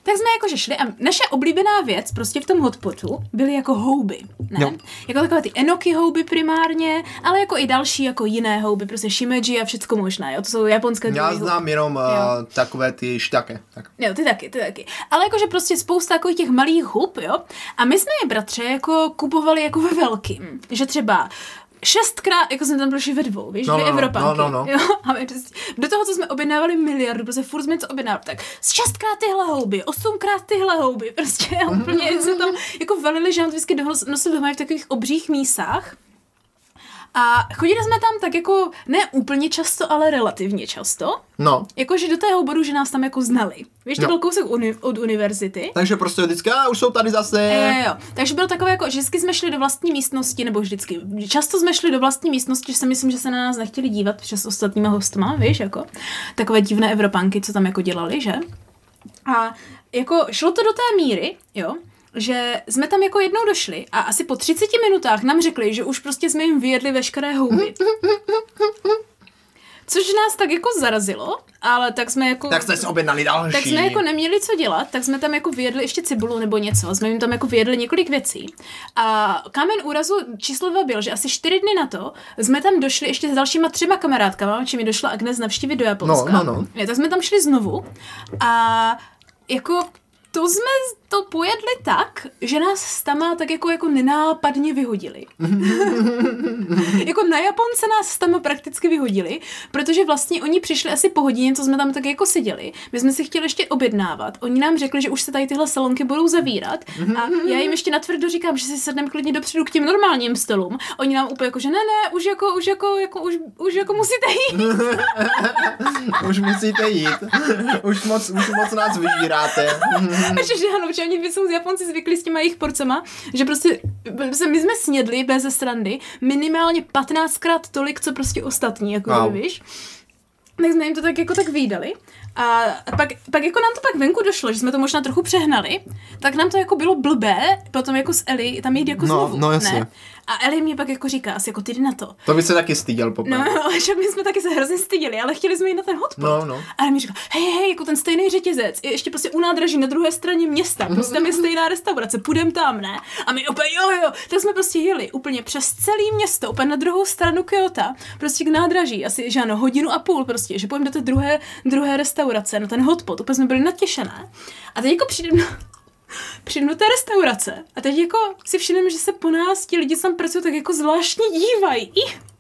Tak jsme jakože šli a naše oblíbená věc prostě v tom hotpotu byly jako houby, ne? Jo. Jako takové ty enoki houby primárně, ale jako i další jako jiné houby, prostě shimeji a všecko možná, jo, to jsou japonské Já znám jenom takové ty šťake. Tak. Jo, ty taky. Ale jakože prostě spousta takových těch malých hub, jo, a my jsme je, bratře, jako kupovali jako ve velkým, že třeba 6krát, jako jsme tam prošli ve dvou, víš, 2 Evropanky. No. Jo, a my do toho, co jsme objednávali miliardu, prostě furt jsme něco objednávali, tak 6krát tyhle houby, 8krát tyhle houby, prostě úplně jsme tam jako valili, že nám to vždycky nosili doma v takových obřích mísách. A chodili jsme tam tak jako, ne úplně často, ale relativně často. No. Jakože do tého bodu, že nás tam jako znali. Víš, to byl kousek od univerzity. Takže prostě vždycky, už jsou tady zase. Jo. Takže bylo takové jako, že vždycky jsme šli do vlastní místnosti, nebo vždycky, často jsme šli do vlastní místnosti, že si myslím, že se na nás nechtěli dívat přes ostatníma hostma, víš, jako. Takové divné Evropanky, co tam jako dělali, že? A jako šlo to do té míry, jo, že jsme tam jako jednou došli a asi po 30 minutách nám řekli, že už prostě jsme jim vyjedli veškeré houby. Což nás tak jako zarazilo, ale tak jsme jako... Tak jsme si objednali další. Tak jsme jako neměli co dělat, tak jsme tam jako vyjedli ještě cibulu nebo něco. Jsme jim tam jako vyjedli několik věcí. A kámen úrazu číslo 2 byl, že asi 4 dny na to jsme tam došli ještě s dalšíma 3 kamarádkama, či mi došla Agnes navštívit do Japonska. No. Tak jsme tam šli znovu a jako... To jsme to pojedli tak, že nás tama tak jako nenápadně vyhodili. Jako na Japonce nás tama prakticky vyhodili, protože vlastně oni přišli asi po hodině, co jsme tam tak jako seděli. My jsme si chtěli ještě objednávat. Oni nám řekli, že už se tady tyhle salonky budou zavírat a já jim ještě natvrdo říkám, že si sedneme klidně dopředu k těm normálním stolům. Oni nám úplně jako, že ne, už musíte jít. Už musíte jít. Už moc nás vyžíráte. Že ano, že oni jsou z Japonci zvyklí s těma jejich porcema, že prostě my jsme snědli bez srandy minimálně 15krát tolik, co prostě ostatní, jako víš. Tak jsme jim to tak jako tak výdali. A pak jako nám to pak venku došlo, že jsme to možná trochu přehnali, tak nám to jako bylo blbé, potom jako s Eli tam jít jako znovu, no jasně. Ne? A Eli mě pak jako říká, asi jako ty jdi na to. To by se taky styděl poprvé. No, že my jsme taky se hrozně styděli, ale chtěli jsme jít na ten hotpot. No. A mi říká, hej, jako ten stejný řetězec, je ještě prostě u nádraží na druhé straně města, prostě tam je stejná restaurace, půjdem tam, ne? A my opět jo, tak jsme prostě jeli úplně přes celé město, úplně na druhou stranu Kyoto, prostě k nádraží, asi, že ano, 1,5 hodiny prostě, že půjdeme do té druhé restaurace, no ten hotpot, úplně jsme byli natěšené. A teď jako přijdu do té restaurace a teď jako si všimneme, že se po nás ti lidi, co tam pracují, tak jako zvláštně dívají.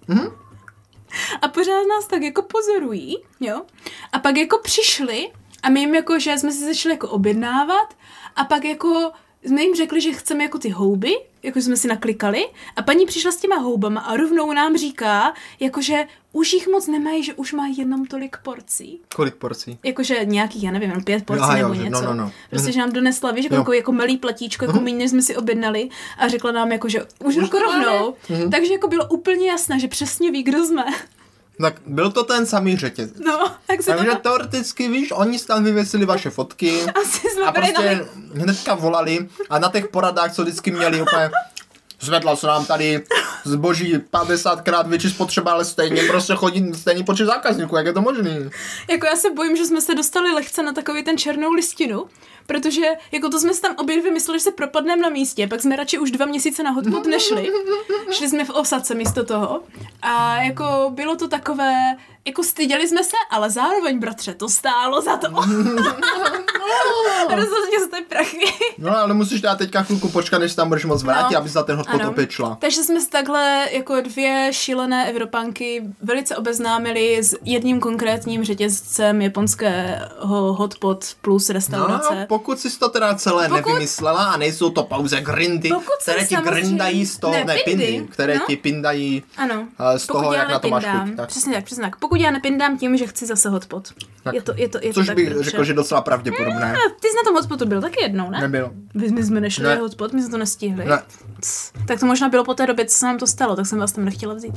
A pořád nás tak jako pozorují, jo. A pak jako přišli a my jim jako, že jsme si začali jako objednávat a pak jako jsme jim řekli, že chceme jako ty houby, jako jsme si naklikali a paní přišla s těma houbama a rovnou nám říká, jakože už jich moc nemají, že už mají jenom tolik porcí. Kolik porcí? Jakože nějakých, já nevím, 5 porcí nebo něco. No. Prostě, že nám donesla, víš, jako malý platíčko, jako méně, než jsme si objednali a řekla nám, jako, že už jako rovnou. Takže jako bylo úplně jasné, že přesně ví, kdo jsme. Tak byl to ten samý řetězec. No, takže teoreticky, víš, oni tam vyvěsili vaše fotky a prostě hnedka volali a na těch poradách, co vždycky měli úplně zvedla se nám tady zboží 50krát větší spotřeba, ale stejně chodí stejný počet zákazníků, jak je to možný? Jako já se bojím, že jsme se dostali lehce na takový ten černou listinu, protože jako to jsme si tam obě dvě mysleli, že se propadneme na místě, pak jsme radši už 2 měsíce na hotpot nešli. Šli jsme v Osace místo toho a jako bylo to takové, jako styděli jsme se, ale zároveň, bratře, to stálo za to. Rozhodně za ty prachy. No ale musíš dát teďka chvilku počkat, než tam budeš moc vrátit, aby za ten hotpot opět šla. Takže jsme se takhle jako 2 šílené Evropanky velice obeznámili s jedním konkrétním řetězcem japonského hotpot plus restaurace. No, pokud jsi to teda celé nevymyslela a nejsou to pouze grindy, které ti grindají z toho, pindy, které ti pindají z toho, jak na to máš chuť. Přesně tak. Pokud já nepindám tím, že chci zase hotpot. Tak. Je to což tak, bych řekl, že docela pravděpodobné. Ty jsi na tom hotspotu byl taky jednou, ne? Nebyl. My jsme nešli na hotspot, my jsme to nestihli. Ne. Tak to možná bylo po té době, co se nám to stalo, tak jsem vás tam nechtěla vzít.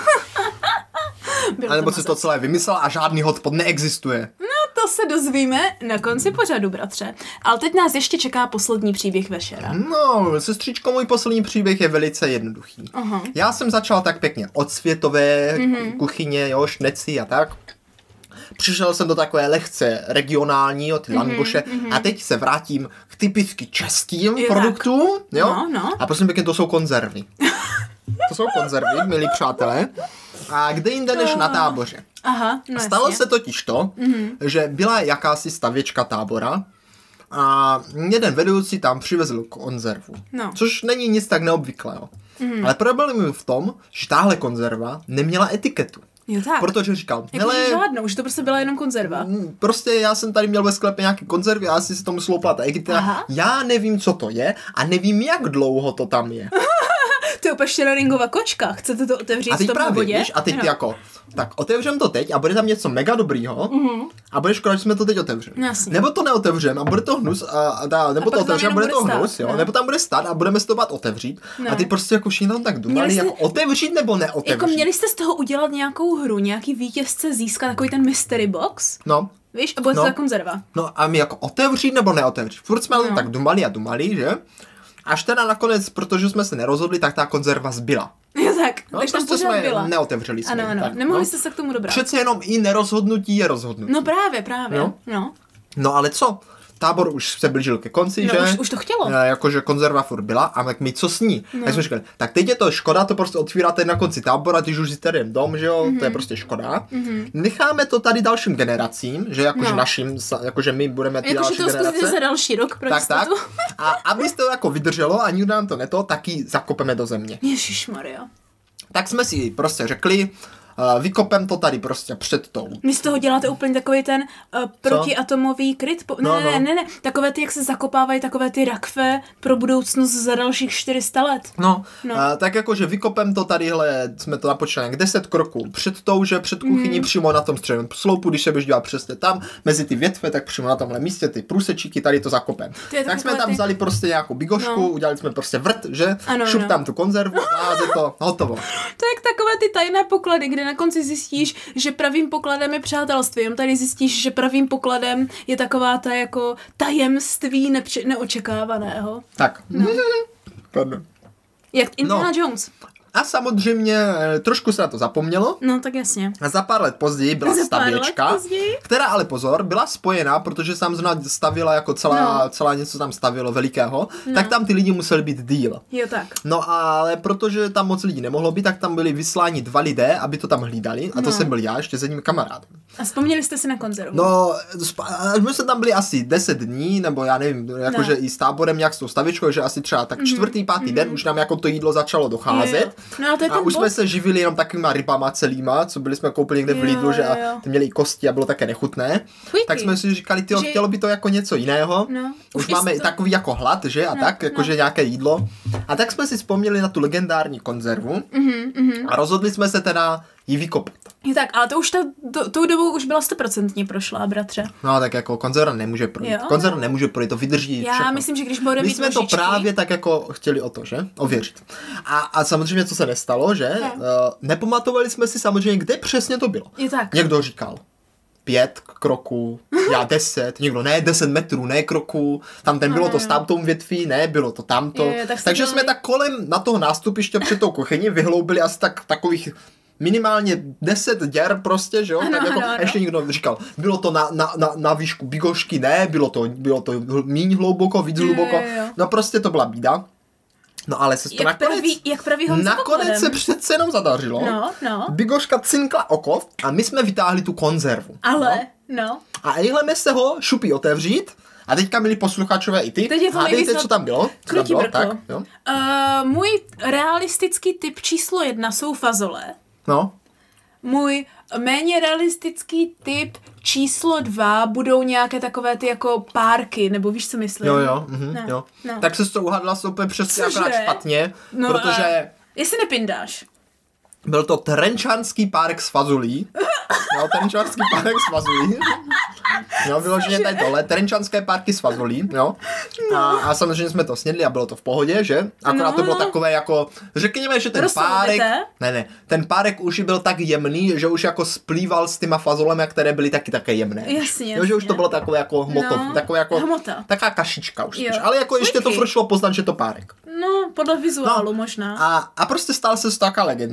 A nebo jsi to celé vymyslela a žádný hotspot neexistuje. No, to se dozvíme na konci pořadu, bratře. Ale teď nás ještě čeká poslední příběh večera. No, sestřičko, můj poslední příběh je velice jednoduchý. Aha. Já jsem začal tak pěkně od světové kuchyně, šneci a tak. přišel jsem do takové lehce regionální, ty langoše, a teď se vrátím k typicky českým produktům, jo? No. A prosím pěkně, to jsou konzervy. To jsou konzervy, milí přátelé. A kde jinde než na táboře. Aha, no Stalo jasně. se totiž to, že byla jakási stavěčka tábora a jeden vedoucí tam přivezl konzervu. No. Což není nic tak neobvyklého. Ale problém je v tom, že tahle konzerva neměla etiketu. Jo tak. Protože říkal, jako žádnou, že to prostě byla jenom konzerva. Prostě já jsem tady měl ve sklepě nějaké konzervy a asi se tomu sloupla ta etiketa. Já nevím, co to je a nevím, jak dlouho to tam je. To je úplně Schrödingova kočka. Chcete to otevřít v tom vodě? Víš, a teď ty jako, tak otevřem to teď a bude tam něco mega dobrýho a bude škoda, že jsme to teď otevřeli. Jasně. Nebo to neotevřem a bude to hnus nebo to otevřem a bude to hnus, jo? Nebo tam bude stát a budeme si to bát otevřít. A ty prostě jako všichni tam tak dumali, jako otevřít nebo neotevřít. Jako měli jste z toho udělat nějakou hru, nějaký vítězce získat takový ten mystery box? No. Víš, a bude to ta konzerva. No a my jako otevřít nebo neotevřít. Furt jsme tak dumali, že? Až teda nakonec, protože jsme se nerozhodli, tak ta konzerva zbyla. Jo tak, No, takže tam prostě pořád jsme byla. Neotevřeli jsme. Ano, tak, nemohli jste se k tomu dobrat. Přece jenom i nerozhodnutí je rozhodnutí. No právě, no. No ale co? Tábor už se blížil ke konci, no, že? Už to chtělo. Jakože konzerva furt byla a my co s ní? Tak jsme říkali, tak teď je to škoda, to prostě otvíráte na konci tábora, když už jste jeden dom, že jo, to je prostě škoda. Necháme to tady dalším generacím, že jakože našim, jakože my budeme ty další generace. Jakože to zkusíte za další rok pro jistotu. A aby to jako vydrželo a nikdo nám to neto, tak ji zakopeme do země. Ježišmarja. Tak jsme si prostě řekli, vykopem to tady prostě před tou. Vy z toho děláte úplně takový ten protiatomový kryt? Ne, takové ty, jak se zakopávají takové ty rakve pro budoucnost za dalších 400 let. No. Tak jakože vykopem to tadyhle, jsme to napočítali jak 10 kroků před tou, že před kuchyní přímo na tom středním sloupu, když se budeš dělat přesně tam, mezi ty větve, tak přímo na tomhle místě ty průsečíky, tady to zakopem. Tak jsme tam vzali prostě nějakou bigošku, udělali jsme prostě vrt, že? Šup tam tu konzervu, je to hotovo. To je jak takové ty tajné poklady, kde na konci zjistíš, že pravým pokladem je přátelství. Tady zjistíš, že pravým pokladem je taková ta jako tajemství neočekávaného. Tak. No. Pardon. Jak Indiana Jones. A samozřejmě trošku se na to zapomnělo. No tak jasně. A za pár let později byla stavěčka, která ale pozor, byla spojená, protože se tam zrovna stavila jako celá něco tam stavilo velikého, tak tam ty lidi museli být díl. Jo tak. No ale protože tam moc lidí nemohlo být, tak tam byli vysláni 2 lidé, aby to tam hlídali a to jsem byl já ještě s jedním kamarádem. A vzpomněli jste si na konzervu? No, my jsme tam byli asi 10 dní, nebo já nevím, jakože i s táborem nějak s tou stavičkou, že asi třeba tak 4., 5. den už nám jako to jídlo začalo docházet. No, a už jsme se živili jenom takovýma rybama celýma, co byli jsme koupili někde v Lidlu, že ty měli i kosti a bylo také nechutné. Tak jsme si říkali, tyjo, chtělo by to jako něco jiného. No, už máme takový jako hlad, že? A tak, jakože nějaké jídlo. A tak jsme si vzpomněli na tu legendární konzervu a rozhodli jsme se teda ji vykopat. Tak, ale to už tou dobou už byla 100% prošla, bratře. No tak jako konzerva nemůže projít. Konzerva nemůže projít, to vydrží Já všechno. myslím, že když bude my mít jsme to právě tak jako chtěli o to, že? Ověřit. A samozřejmě, co se nestalo, že? Nepamatovali jsme si samozřejmě, kde přesně to bylo. Tak. Někdo říkal 5 kroků, já 10, někdo ne 10 metrů, ne kroků, tam bylo to s tamtou větví, ne, bylo to tamto. Takže jsme tak kolem na toho nástupiště před tou kuchyní vyhloubili asi takových minimálně 10 děr prostě, že jo? Tak jako ještě někdo říkal, bylo to na výšku bigošky, ne, bylo to míň hluboko, víc hluboko. No prostě to byla bída. No ale se to nakonec se přece jenom zadařilo. No. Bigoška cinkla oko a my jsme vytáhli tu konzervu. A ejhleme se ho šupí otevřít. A teďka, milí posluchačové, i ty, hádejte, co tam bylo. Tak, jo. Můj realistický typ číslo 1 jsou fazole. No. Můj méně realistický typ číslo 2 budou nějaké takové ty jako párky, nebo víš, co myslím? Jo. No. Tak se to uhádla úplně přesně akorát špatně, protože... Jestli nepindáš. Byl to Trenčanský párek s fazulí. No, Trenčanský párek s fazulí. No, vyloženě tady tohle, Trenčanské párky s fazulí, jo. A samozřejmě jsme to snědli a bylo to v pohodě, že? Akorát to bylo takové jako, řekněme, že ten párek... Ne, ten párek už byl tak jemný, že už jako splýval s těma fazolemi, které byly taky také jemné. Jasně. Jo, že už to bylo takové jako takové jako... Hmota. Taková kašička už spíš. Ale jako ještě to šlo poznat, že to párek. No, podle vizuálu možná. A prostě stala se taková legenda,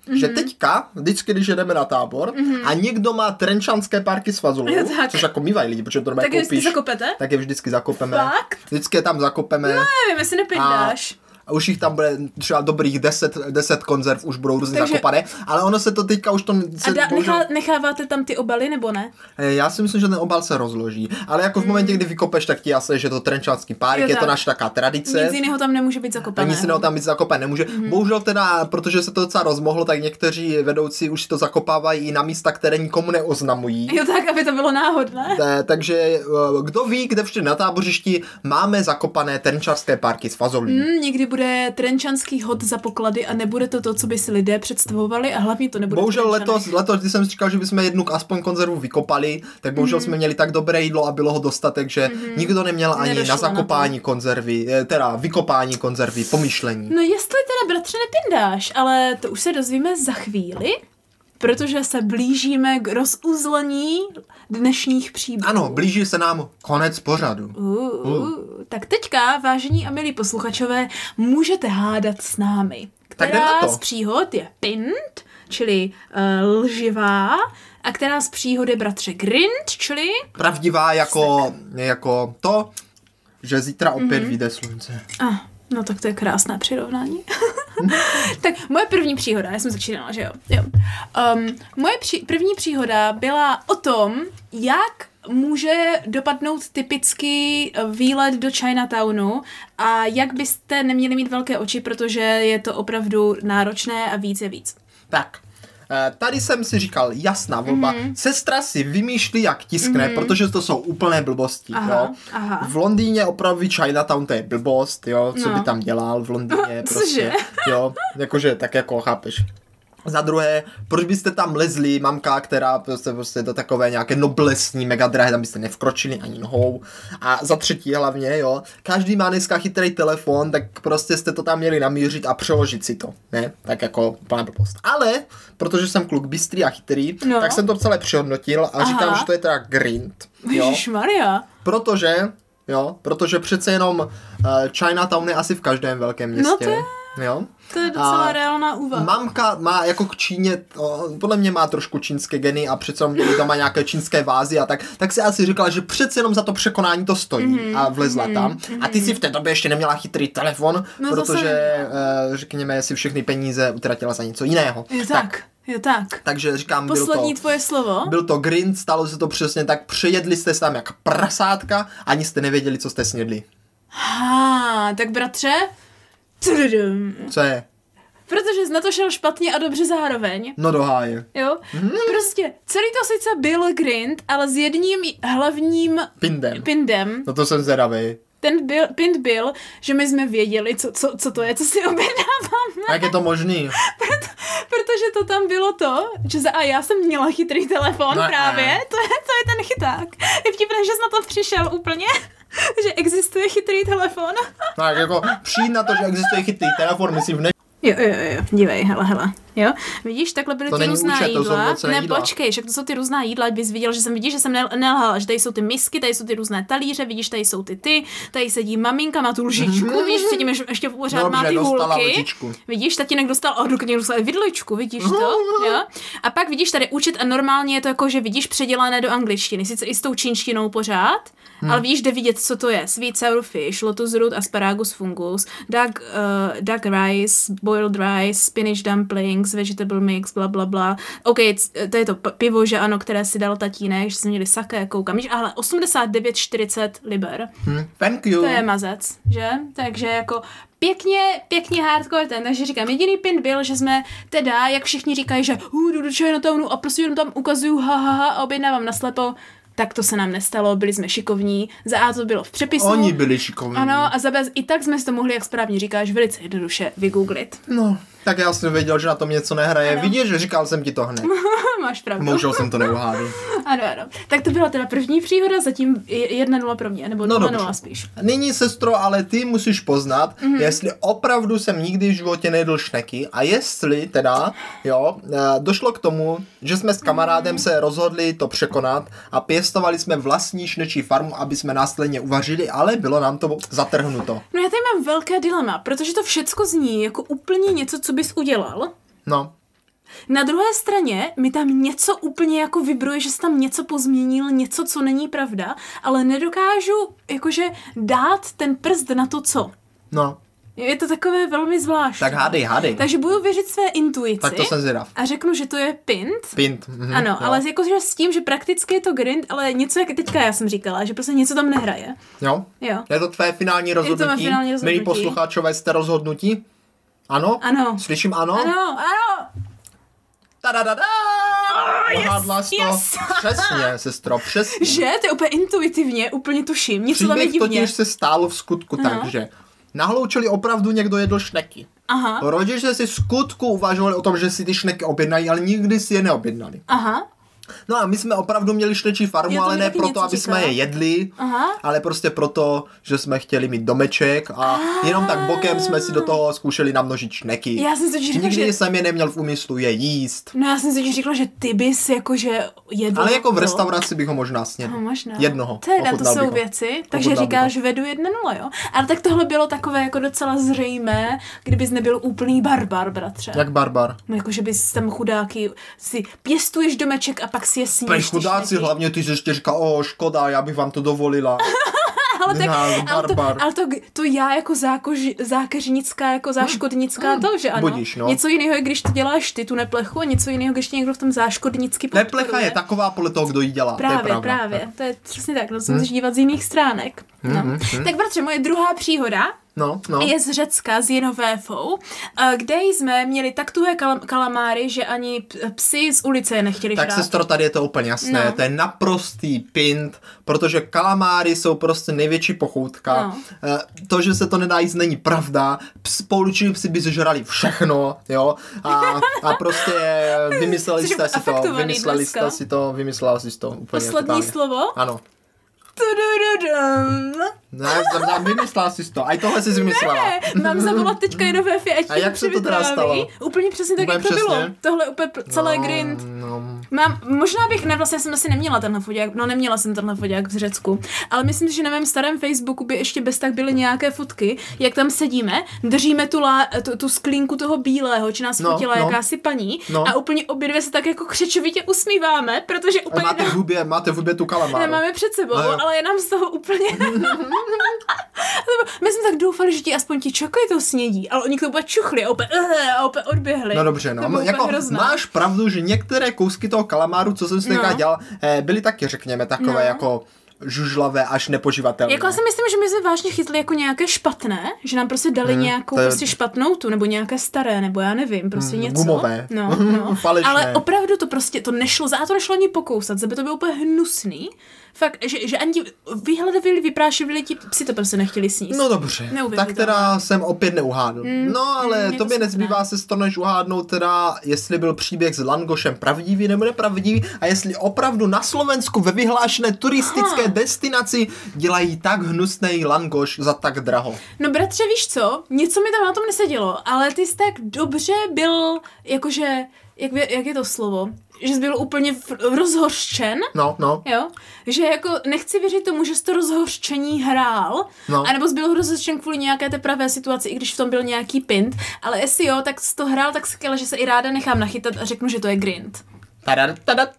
že teďka, vždycky, když jedeme na tábor a někdo má trenčanské párky s fazolou, což jako mývají lidi, protože to tak je vždycky zakopete? Tak je vždycky zakopeme. Fakt? Vždycky je tam zakopeme. No nevím, jestli nepindáš. A už jich tam bude třeba dobrých 10 konzerv, už budou různě zakopané, ale ono se to teďka už to... Necháváte tam ty obaly, nebo ne? Já si myslím, že ten obal se rozloží, ale jako v momentě, kdy vykopeš, tak ti jasné, že to trenčanský párek, je to naše taká tradice. Nic jiného tam nemůže být zakopané. Nic jiného tam být zakopané nemůže. Bohužel teda, protože se to docela rozmohlo, tak někteří vedoucí už si to zakopávají i na místa, které nikomu neoznamují. Jo tak, aby to bylo náhodné. Takže kdo ví, kde všude na tábořišti máme zakopané trenčanské párky s fazolí. Někdy bude trenčanský hod za poklady a nebude to, co by si lidé představovali a hlavně to nebude. Bohužel letos, když jsem si říkal, že bychom jednu aspoň konzervu vykopali, tak bohužel jsme měli tak dobré jídlo a bylo ho dostatek, že nikdo neměl ani na zakopání konzervy, teda vykopání konzervy, pomyšlení. No jestli teda, bratře, nepindáš, ale to už se dozvíme za chvíli, protože se blížíme k rozuzlení dnešních příběhů. Ano, blíží se nám konec pořadu. Tak teďka, vážení a milí posluchačové, můžete hádat s námi. Která z příhod je Pint, čili lživá, a která z příhod je bratře Grind, čili... Pravdivá jako to, že zítra opět vyjde slunce. No tak to je krásné přirovnání. Tak moje první příhoda, já jsem začínala, že jo. Moje první příhoda byla o tom, jak může dopadnout typický výlet do Chinatownu a jak byste neměli mít velké oči, protože je to opravdu náročné a víc je víc. Tak. Tady jsem si říkal, jasná volba. Sestra si vymýšlí, jak tiskne, protože to jsou úplné blbosti. Jo? V Londýně opravdu Chinatown, to je blbost, jo? Co by tam dělal v Londýně. Prostě, jo? Jakože tak jako chápeš. Za druhé, proč byste tam lezli, mamka, která prostě do takové nějaké noblesní megadrahy, tam byste nevkročili ani nohou. A za třetí hlavně, jo, každý má dneska chytrý telefon, tak prostě jste to tam měli namířit a přeložit si to, ne? Tak jako plná blbost. Ale, protože jsem kluk bystrý a chytrý, tak jsem to celé přehodnotil a říkám, že to je teda grind. Ježišmarja. Protože přece jenom Chinatown je asi v každém velkém městě. No to je... Jo? To je docela reálná úvaha. Mamka má jako k Číně, podle mě má trošku čínské geny a přece jenom měli doma nějaké čínské vázy a tak si asi říkala, že přece jenom za to překonání to stojí a vlezla tam. A ty si v té době ještě neměla chytrý telefon, protože řekněme si všechny peníze utratila za něco jiného. Je tak. Takže říkám, poslední tvoje slovo. Byl to grind, stalo se to přesně tak, přejedli jste se tam jak prasátka, ani jste nevěděli, co jste snědli. Tak bratře, co je? Protože jsi na to šel špatně a dobře zároveň. No do háje. Jo? Prostě celý to sice byl grind, ale s jedním hlavním pindem. No to jsem zvědavej. Ten pint byl, že my jsme věděli, co to je, co si objednáváme. Jak je to možný? Protože to tam bylo to, že já jsem měla chytrý telefon právě, to je ten chyták. Je vtipné, že jsi na to přišel úplně, že existuje chytrý telefon. Tak jako přijít na to, že existuje chytrý telefon, myslím Jo, dívej, hele. Jo, vidíš, takhle byly ty různá jídla. Počkej, však to jsou ty různá jídla, bys viděl, vidíš, že jsem nelhala, že tady jsou ty misky, tady jsou ty různé talíře, vidíš, tady jsou ty, tady sedí maminka, má tu lžičku, vidíš, sedím ještě pořád má ty hůlky. Vidíš, tatínek dostal vidličku, vidíš to, jo? A pak vidíš tady učit a normálně je to jako, že vidíš předělané do angličtiny, sice i s tou čínštinou pořád, ale vidíš, jde vidět, co to je. Sweet sour fish, lotus root, asparagus fungus, duck rice, boiled rice, spinach dumplings, vegetable mix, bla, bla, bla. OK, to je to pivo, že ano, které si dal tatínek, že jsme měli saké, koukám, víš, ale 89,40 liber. Thank you. To je mazec, že? Takže jako pěkně hardcore ten, takže říkám, jediný pint byl, že jsme teda, jak všichni říkají, že jdu do Chinatownu a prostě jenom tam ukazuju a objednávám naslepo. Tak to se nám nestalo, byli jsme šikovní. Za A to bylo v přepisu. Oni byli šikovní. Ano, a za B i tak jsme si to mohli, jak správně říkáš, velice jednoduše vygooglit. No, tak já jsem věděl, že na tom něco nehraje. Ano. Vidíš, že říkal jsem ti to hned. Máš pravdu. Bohužel jsem to neuhádl. Ano. Tak to byla teda první příhoda, zatím 1-0 pro mě, nebo 2-0 spíš. Nyní, sestro, ale ty musíš poznat, jestli opravdu jsem nikdy v životě nejedl šneky a jestli teda, došlo k tomu, že jsme s kamarádem se rozhodli to překonat a pěstovali jsme vlastní šnečí farmu, aby jsme následně uvařili, ale bylo nám to zatrhnuto. No já tady mám velké dilema, protože to všecko zní jako úplně něco, co bys udělal. No. Na druhé straně mi tam něco úplně jako vibruje, že se tam něco pozměnil, něco, co není pravda, ale nedokážu jakože dát ten prst na to, co. No. Je to takové velmi zvláštní. Tak hádej. Takže budu věřit své intuici. Tak to jsem zvědav. A řeknu, že to je pint. Ano, jo. ale jakože s tím, že prakticky je to grind, ale něco, jak teďka já jsem říkala, že prostě něco tam nehraje. Jo? Je to tvé finální rozhodnutí? Je to mé finální rozhodnutí. Milí posluchačové, jste rozhodnutí? Ano? Ano. Slyším ano? Ano. Tadadada! Ohádla jsi to. Přesně, sestro, přesně. Že? To je úplně intuitivně, úplně tuším. Něco tam je divně. Příběh totiž se stál v skutku tak, že na Hloučeli opravdu někdo jedl šneky. Aha. Rodiče si v skutku uvažovali o tom, že si ty šneky objednají, ale nikdy si je neobjednali. Aha. No a my jsme opravdu měli šnečí farmu, ale ne proto, aby jsme je jedli, ale prostě proto, že jsme chtěli mít domeček a jenom tak bokem jsme si do toho zkoušeli namnožit šneky. Já jsem si říkala, nikdy jsem je neměl v úmyslu je jíst. No já jsem si říkala, že ty bys jakože jedl. Ale jako v restauraci bych ho možná snědl. No, možná. Jednoho. Teda, to jsou věci, takže říkáš, vedu 1-0, jo? Ale tak tohle bylo takové jako docela zřejmé, kdybys nebyl úplný barbar, bratře. Jak barbar? No jakože bys tam chudáky si pěstuješ domeček a pak si je sníš. Pej chudáci, hlavně ty jsi ještě říkal, škoda, já bych vám to dovolila. ale to já jako zákeřnická, jako záškodnická to, že ano. Budíš, no. Něco jiného je, když to děláš ty, tu neplechu, a něco jiného, když někdo v tom záškodnicky podporuje. Neplecha je taková podle toho, kdo ji dělá. Právě. To je přesně tak, no se musíš dívat z jiných stránek. No. Tak bratře, moje druhá příhoda je z Řecka, s Jenovéfou, kde jsme měli tak tuhé kalamáry, že ani psi z ulice je nechtěli žrát. Tak sestro, tady je to úplně jasné, to je naprostý pint, protože kalamáry jsou prostě největší pochoutka. No. To, že se to nedá jíst, není pravda. Pouliční psi by zežrali všechno, jo, a prostě vymyslela si to úplně poslední totálně. Slovo? Ano. Ne, vymyslela jsi to. A i tohle jsi vymyslela. Ne, mám zavolat teďka Jenovéfy, ať a jak se to teda stalo? Úplně přesně tak, jak to bylo. Tohle úplně celé grind. Možná bych, vlastně jsem asi neměla tenhle foťák v Řecku, ale myslím si, že na mém starém Facebooku by ještě bez tak byly nějaké fotky, jak tam sedíme, držíme tu sklínku toho bílého, či nás fotila jakási paní a úplně obě dvě se tak jako křečovitě usmíváme, protože úplně... Máte v hubě tu kalamáru. Nemáme před sebou, ale je nám z toho úplně... My jsme tak doufali, že ti aspoň ti čokoladě to snědí, ale oni k tomu čuchli a opět odběhli. No dobře, no. Jako máš pravdu, že některé kousky toho kalamáru, co jsem si dělal, byly taky, řekněme, takové jako žužlavé až nepoživatelné. Jako já si myslím, že my jsme vážně chytli jako nějaké špatné, že nám prostě dali nějakou prostě špatnou tu, nebo nějaké staré, nebo já nevím, prostě něco. Gumové. No. Ale opravdu to prostě, to nešlo ani pokousat, by to bylo úplně hnusný. Fakt, že ani vyhledovili, vyprášivili, ti psi to prostě nechtěli sníst. No dobře, tak teda jsem opět neuhádl. No ale to mi nezbývá se než uhádnout teda, jestli byl příběh s langošem pravdivý nebo nepravdivý a jestli opravdu na Slovensku ve vyhlášené turistické destinaci dělají tak hnusný langoš za tak draho. No bratře, víš co? Něco mi tam na tom nesedělo, ale ty jsi tak dobře byl, jakože, jak je to slovo? Že jsi byl úplně rozhořčen. No. Jo? Že jako nechci věřit tomu, že jsi to rozhořčení hrál, anebo jsi byl rozhořčen kvůli nějaké té pravé situaci, i když v tom byl nějaký pint, ale jestli jo, tak jsi to hrál tak skvěle, že se i ráda nechám nachytat a řeknu, že to je grind. Tada.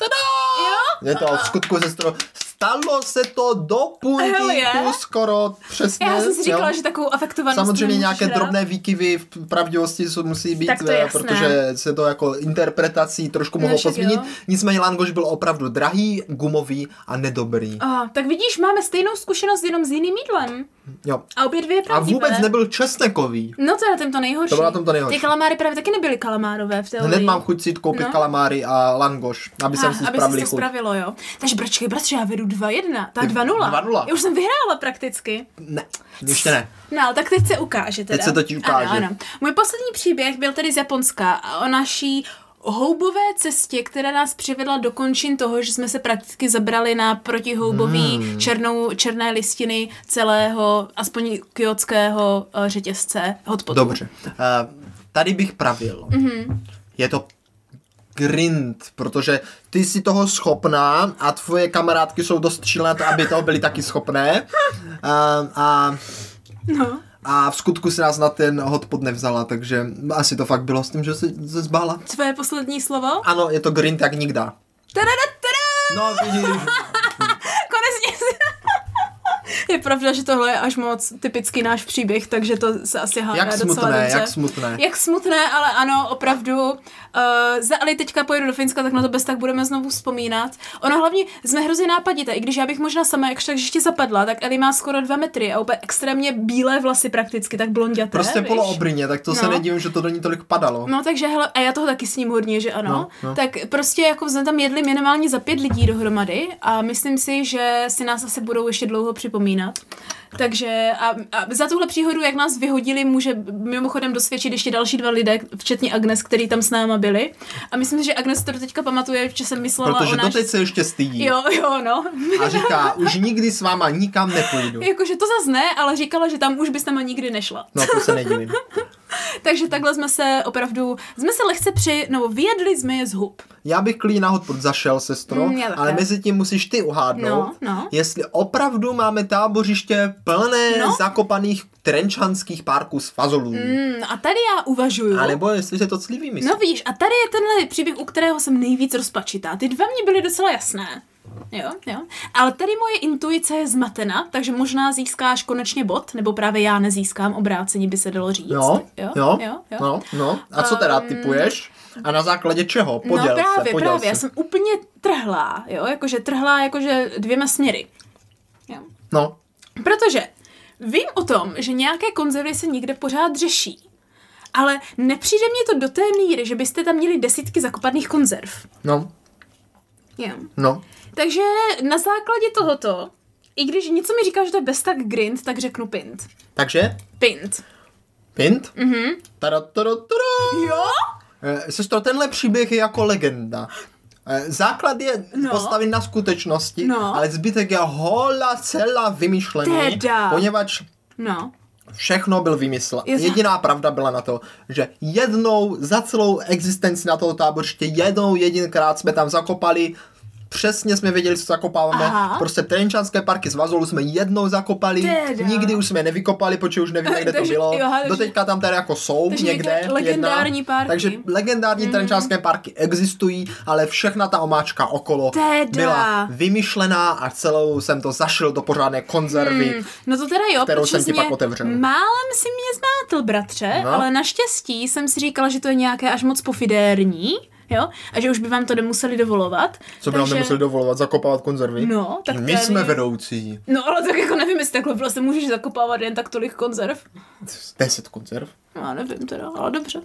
Je to v skutku, sestro. Stalo se to do puntíku skoro přesně. Já jsem si říkala, že takovou afektovanost samozřejmě nějaké drobné výkyvy v pravdivosti musí být, protože se to jako interpretací trošku mohlo pozměnit. Nicméně langoš byl opravdu drahý, gumový a nedobrý. Tak vidíš, máme stejnou zkušenost jenom s jiným jídlem. Jo. A obě dvě je pravdivé. A vůbec nebyl česnekový. No to je na tom to nejhorší. To bylo na tom to nejhorší. Ty kalamáry právě taky nebyly kalamárové v teorii. Hned mám chuť si koupit kalamáry a langoš, aby jsem si spravili chuť. Spravilo, jo. Takže bratře, já vedu 2-1. Tak 2-0. Já už jsem vyhrála prakticky. Ne, ještě ne. No, tak teď se ukáže teda. Teď se to ti ukáže. Ano. Můj poslední příběh byl tedy z Japonska o naší houbové cestě, která nás přivedla do končin toho, že jsme se prakticky zabrali na protihoubový černé listiny celého, aspoň kyotského řetězce hotpotu. Dobře. Tady bych pravil. Je to grind, protože ty jsi toho schopná a tvoje kamarádky jsou dost šílené, aby toho byly taky schopné. a v skutku si nás na ten hotpot nevzala, takže asi to fakt bylo s tím, že se zbála. Tvoje poslední slovo? Ano, je to grind jak nikda. No, vidíš. Konečně je pravda, že tohle je až moc typický náš příběh, takže to se asi hádá docela dobře. Jak smutné, ale ano, opravdu. Za Ali teďka pojedu do Finska, tak na to bez tak budeme znovu vzpomínat. Ono hlavně jsme hrozně nápadité, i když já bych možná sama jakž ještě zapadla, tak Ali má skoro 2 metry a úplně extrémně bílé vlasy prakticky, tak blonděté. Prostě poloobrině, tak to se nedivím, že to do ní tolik padalo. No takže hele, a já toho taky s ním hodně, že ano. No. Tak prostě jako jsme tam jedli minimálně za 5 lidí dohromady a myslím si, že si nás asi budou ještě dlouho připomínat. Takže a za tuhle příhodu, jak nás vyhodili, může mimochodem dosvědčit ještě další 2 lidé, včetně Agnes, který tam s náma byli. A myslím, že Agnes to teďka pamatuje, že jsem myslela protože o náš... doteď se ještě stydí. Jo, no. A říká, už nikdy s váma nikam nepůjdu. Jakože to zas ne, ale říkala, že tam už by s náma nikdy nešla. No, to se nedivím. Takže takhle jsme se lehce vyjedli jsme je z hub. Já bych klidně na hotpot zašel, sestro, ale mezi tím musíš ty uhádnout, jestli opravdu máme tábořiště plné zakopaných trenčanských párků s fazolů. A tady já uvažuju. A nebo jestli se to celý vymyslí. No víš, a tady je tenhle příběh, u kterého jsem nejvíc rozpačitá. Ty 2 mě byly docela jasné. Jo. Ale tady moje intuice je zmatena, takže možná získáš konečně bod, nebo právě já nezískám, obrácení by se dalo říct. Jo. No. A co teda typuješ? A na základě čeho? Poděl se. Já jsem úplně trhlá, jakože 2 směry. Jo. No. Protože vím o tom, že nějaké konzervy se někde pořád řeší. Ale nepřijde mě to do té míry, že byste tam měli 10 zakopaných konzerv. No. Jo. No. Takže na základě tohoto, i když něco mi říká, že to je bez tak grind, tak řeknu pint. Takže? Pint? Mhm. Jo? Sestro, tenhle příběh je jako legenda. Základ je postaven na skutečnosti, ale zbytek je hola celá vymyšlený, poněvadž všechno byl vymysl. Jediná pravda byla na to, že jednou za celou existenci na toho tábořiště, jedinkrát jsme tam zakopali. Přesně jsme věděli, co zakopáváme. Prostě trenčanské parky z Vazolu jsme jednou zakopali, nikdy už jsme nevykopali, protože už nevíme, kde to bylo. Doteďka tam tady jako jsou někde. Legendární parky. Takže legendární trenčanské parky existují, ale všechna ta omáčka okolo byla vymyšlená a celou jsem to zašil do pořádné konzervy, no to teda jo, kterou jsem ti pak otevřel. Málem si mě zmátl, bratře, ale naštěstí jsem si říkala, že to je nějaké až moc pofidérní. Jo? A že už by vám to nemuseli dovolovat. Co by nám nemuseli dovolovat? Zakopávat konzervy? No, tak my jsme vedoucí. No, ale tak jako nevím, jestli takhle vlastně můžeš zakopávat jen tak tolik konzerv. 10 konzerv? No, já nevím teda, ale dobře.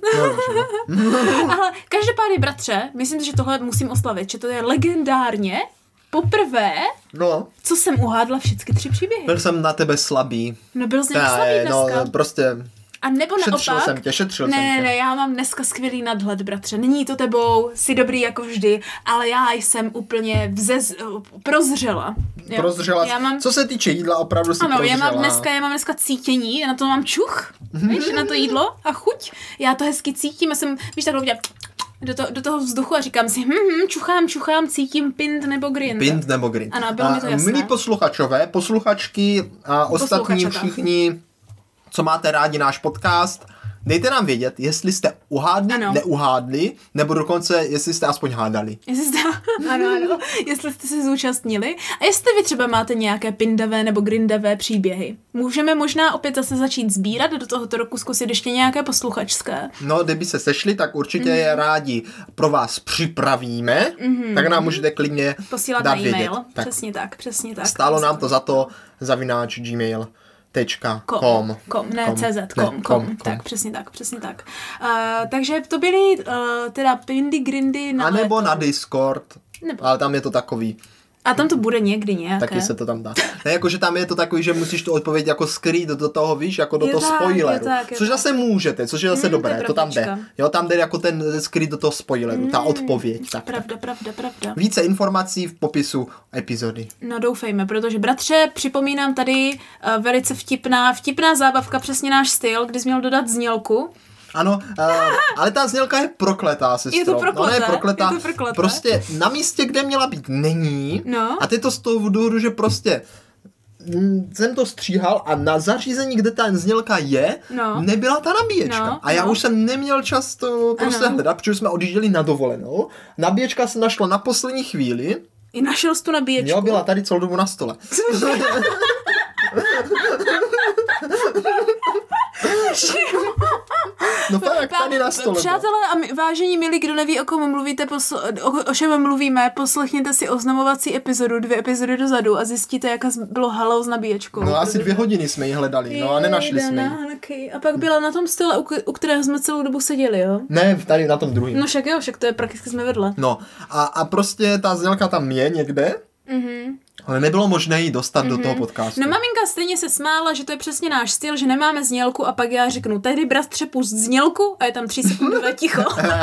Ale každopádně, bratře, myslím si, že tohle musím oslavit, že to je legendárně poprvé, co jsem uhádla všechny 3 příběhy. Byl jsem na tebe slabý. No, byl jsi nějak slabý dneska. No, prostě... A nebo šetřil jsem tě. Ne, já mám dneska skvělý nadhled, bratře. Není to tebou, jsi dobrý jako vždy, ale já jsem úplně prozřela. Jo. Prozřela? Co se týče jídla, opravdu si prozřela. Já mám dneska cítění, já na to mám čuch, víš, na to jídlo a chuť. Já to hezky cítím, já jsem, víš, takhle udělám do toho vzduchu a říkám si, čuchám, cítím pint nebo grind. Pint nebo grind. Ano, bylo mi to jasné. Milí posluchačky a ostatní všichni, co máte rádi náš podcast, dejte nám vědět, jestli jste uhádli, neuhádli, nebo dokonce, jestli jste aspoň hádali. Ano, jestli jste se zúčastnili a jestli vy třeba máte nějaké pindavé nebo grindavé příběhy. Můžeme možná opět zase začít sbírat do tohoto roku, zkusit ještě nějaké posluchačské. No, kdyby se sešli, tak určitě je rádi pro vás připravíme, tak nám můžete klidně posílat dát na e-mail. Vědět. Přesně tak. Stálo nám to za to @gmail.com. Tak, přesně tak. Takže to byly teda pindy, grindy na... A nebo na Discord, ale tam je to takový. A tam to bude někdy nějaké. Taky se to tam dá. Ne, jakože tam je to takový, že musíš tu odpověď jako skrýt do toho, víš, jako do toho spoileru. Což zase můžete, což je zase dobré, to tam jde. Jo, tam jde jako ten skrýt do toho spoileru, ta odpověď. Tak. Pravda. Více informací v popisu epizody. No doufejme, protože bratře, připomínám tady velice vtipná zábavka, přesně náš styl, kdy jsi měl dodat znělku. Ano, ale ta znělka je prokletá, sestro. Je to prokletá. Prostě na místě, kde měla být, není. No. A ty to z toho důvodu, že prostě jsem to stříhal a na zařízení, kde ta znělka je, nebyla ta nabíječka. A já už jsem neměl čas to prostě hledat, protože jsme odjížděli na dovolenou. Nabíječka se našla na poslední chvíli. I našel jsi tu nabíječku? Jo, byla tady celou dobu na stole. No fakt, tady na stole. Přátelé a vážení milí, kdo neví, o kom mluvíte, o čem mluvíme, poslechněte si oznamovací epizodu, 2 epizody dozadu a zjistíte, jaká bylo halou s nabíječkou. No asi 2 hodiny jsme ji hledali, a nenašli jsme ji. A pak byla na tom stole, u kterého jsme celou dobu seděli, jo? Ne, tady na tom druhém. No však to je prakticky jsme vedle. No a prostě ta znělka tam je někde. Ale nebylo možné ji dostat do toho podcastu. No maminka stejně se smála, že to je přesně náš styl, že nemáme znělku a pak já řeknu, tady bratře pust znělku a je tam 3 sekundové ticho.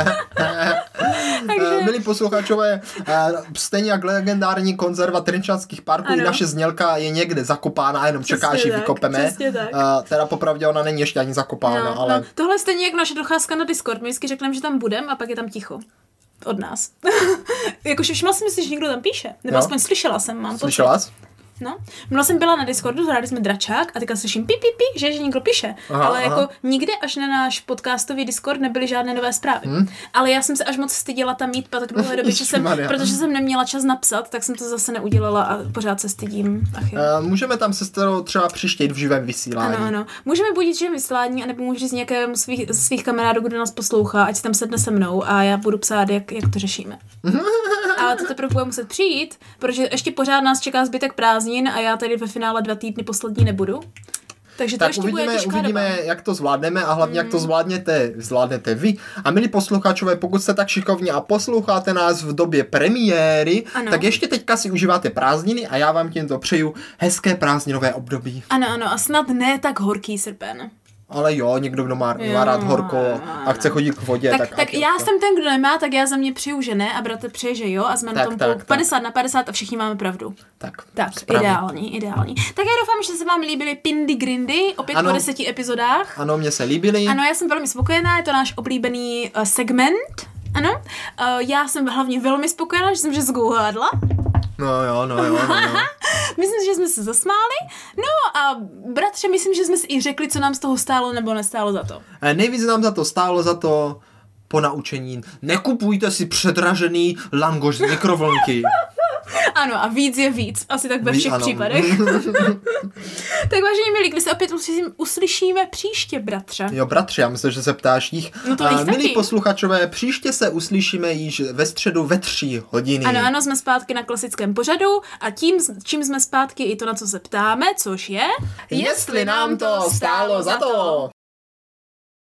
Takže... Milí posluchačové, stejně jak legendární konzerva Trenčanských parků, i naše znělka je někde zakopána a jenom čeká, že ji vykopeme. Teda popravdě ona není ještě ani zakopána, ale... No. Tohle stejně jak naše docházka na Discord. My vždycky řekneme, že tam budeme a pak je tam ticho. Od nás. Jakož všimla jsem si, že někdo tam píše. Nebo aspoň slyšela jsem, mám pocit. Slyšela jsi? No. Minula jsem byla na Discordu, zahráli jsme dračák a teďka slyším pi, že někdo píše. Ale jako nikde až na náš podcastový Discord nebyly žádné nové zprávy. Ale já jsem se až moc styděla tam mít po tak dlouhé době, protože jsem neměla čas napsat, tak jsem to zase neudělala a pořád se stydím. Můžeme tam se třeba příště jít v živém vysílání. Ano. Můžeme budit živém vysílání, anebo můžu říct nějakému svých kamarádů, kdo nás poslouchá, ať si tam sedne se mnou a já budu psát, jak to řešíme. Ale to teprve bude muset přijít, protože ještě pořád nás čeká zbytek prázdnin a já tady ve finále 2 týdny poslední nebudu. Takže to tak ještě uvidíme, jak to zvládneme a hlavně jak to zvládnete vy. A milí posluchačové, pokud jste tak šikovní a posloucháte nás v době premiéry, tak ještě teďka si užíváte prázdniny a já vám tímto přeju hezké prázdninové období. Ano, a snad ne tak horký srpen. Ale jo, někdo, kdo má rád horko a chce chodit k vodě. Tak já jsem ten, kdo nemá, tak já za mě přeju, že ne a bratr přeje, že jo a jsme na tom 50/50 a všichni máme pravdu. Tak ideální. Tak já doufám, že se vám líbily Pindy Grindy, opět po 10 epizodách. Ano, mně se líbily. Ano, já jsem velmi spokojená, je to náš oblíbený segment. Ano, já jsem hlavně velmi spokojená, že jsem zgouhádla. No jo. Myslím, že jsme se zasmáli. No a bratře, myslím, že jsme si i řekli, co nám z toho stálo nebo nestálo za to. Nejvíc nám za to stálo za to ponaučení. Nekupujte si předražený langoš z mikrovlnky. Ano, a víc je víc. Asi tak ve všech případech. Tak vážení milí, kdy se opět uslyšíme příště, bratře. Jo, bratře, já myslím, že se ptáš jich. No to milí posluchačové, příště se uslyšíme již ve středu ve 3 hodiny. Ano, jsme zpátky na klasickém pořadu a čím jsme zpátky i to, na co se ptáme, což je... Jestli nám to stálo za to.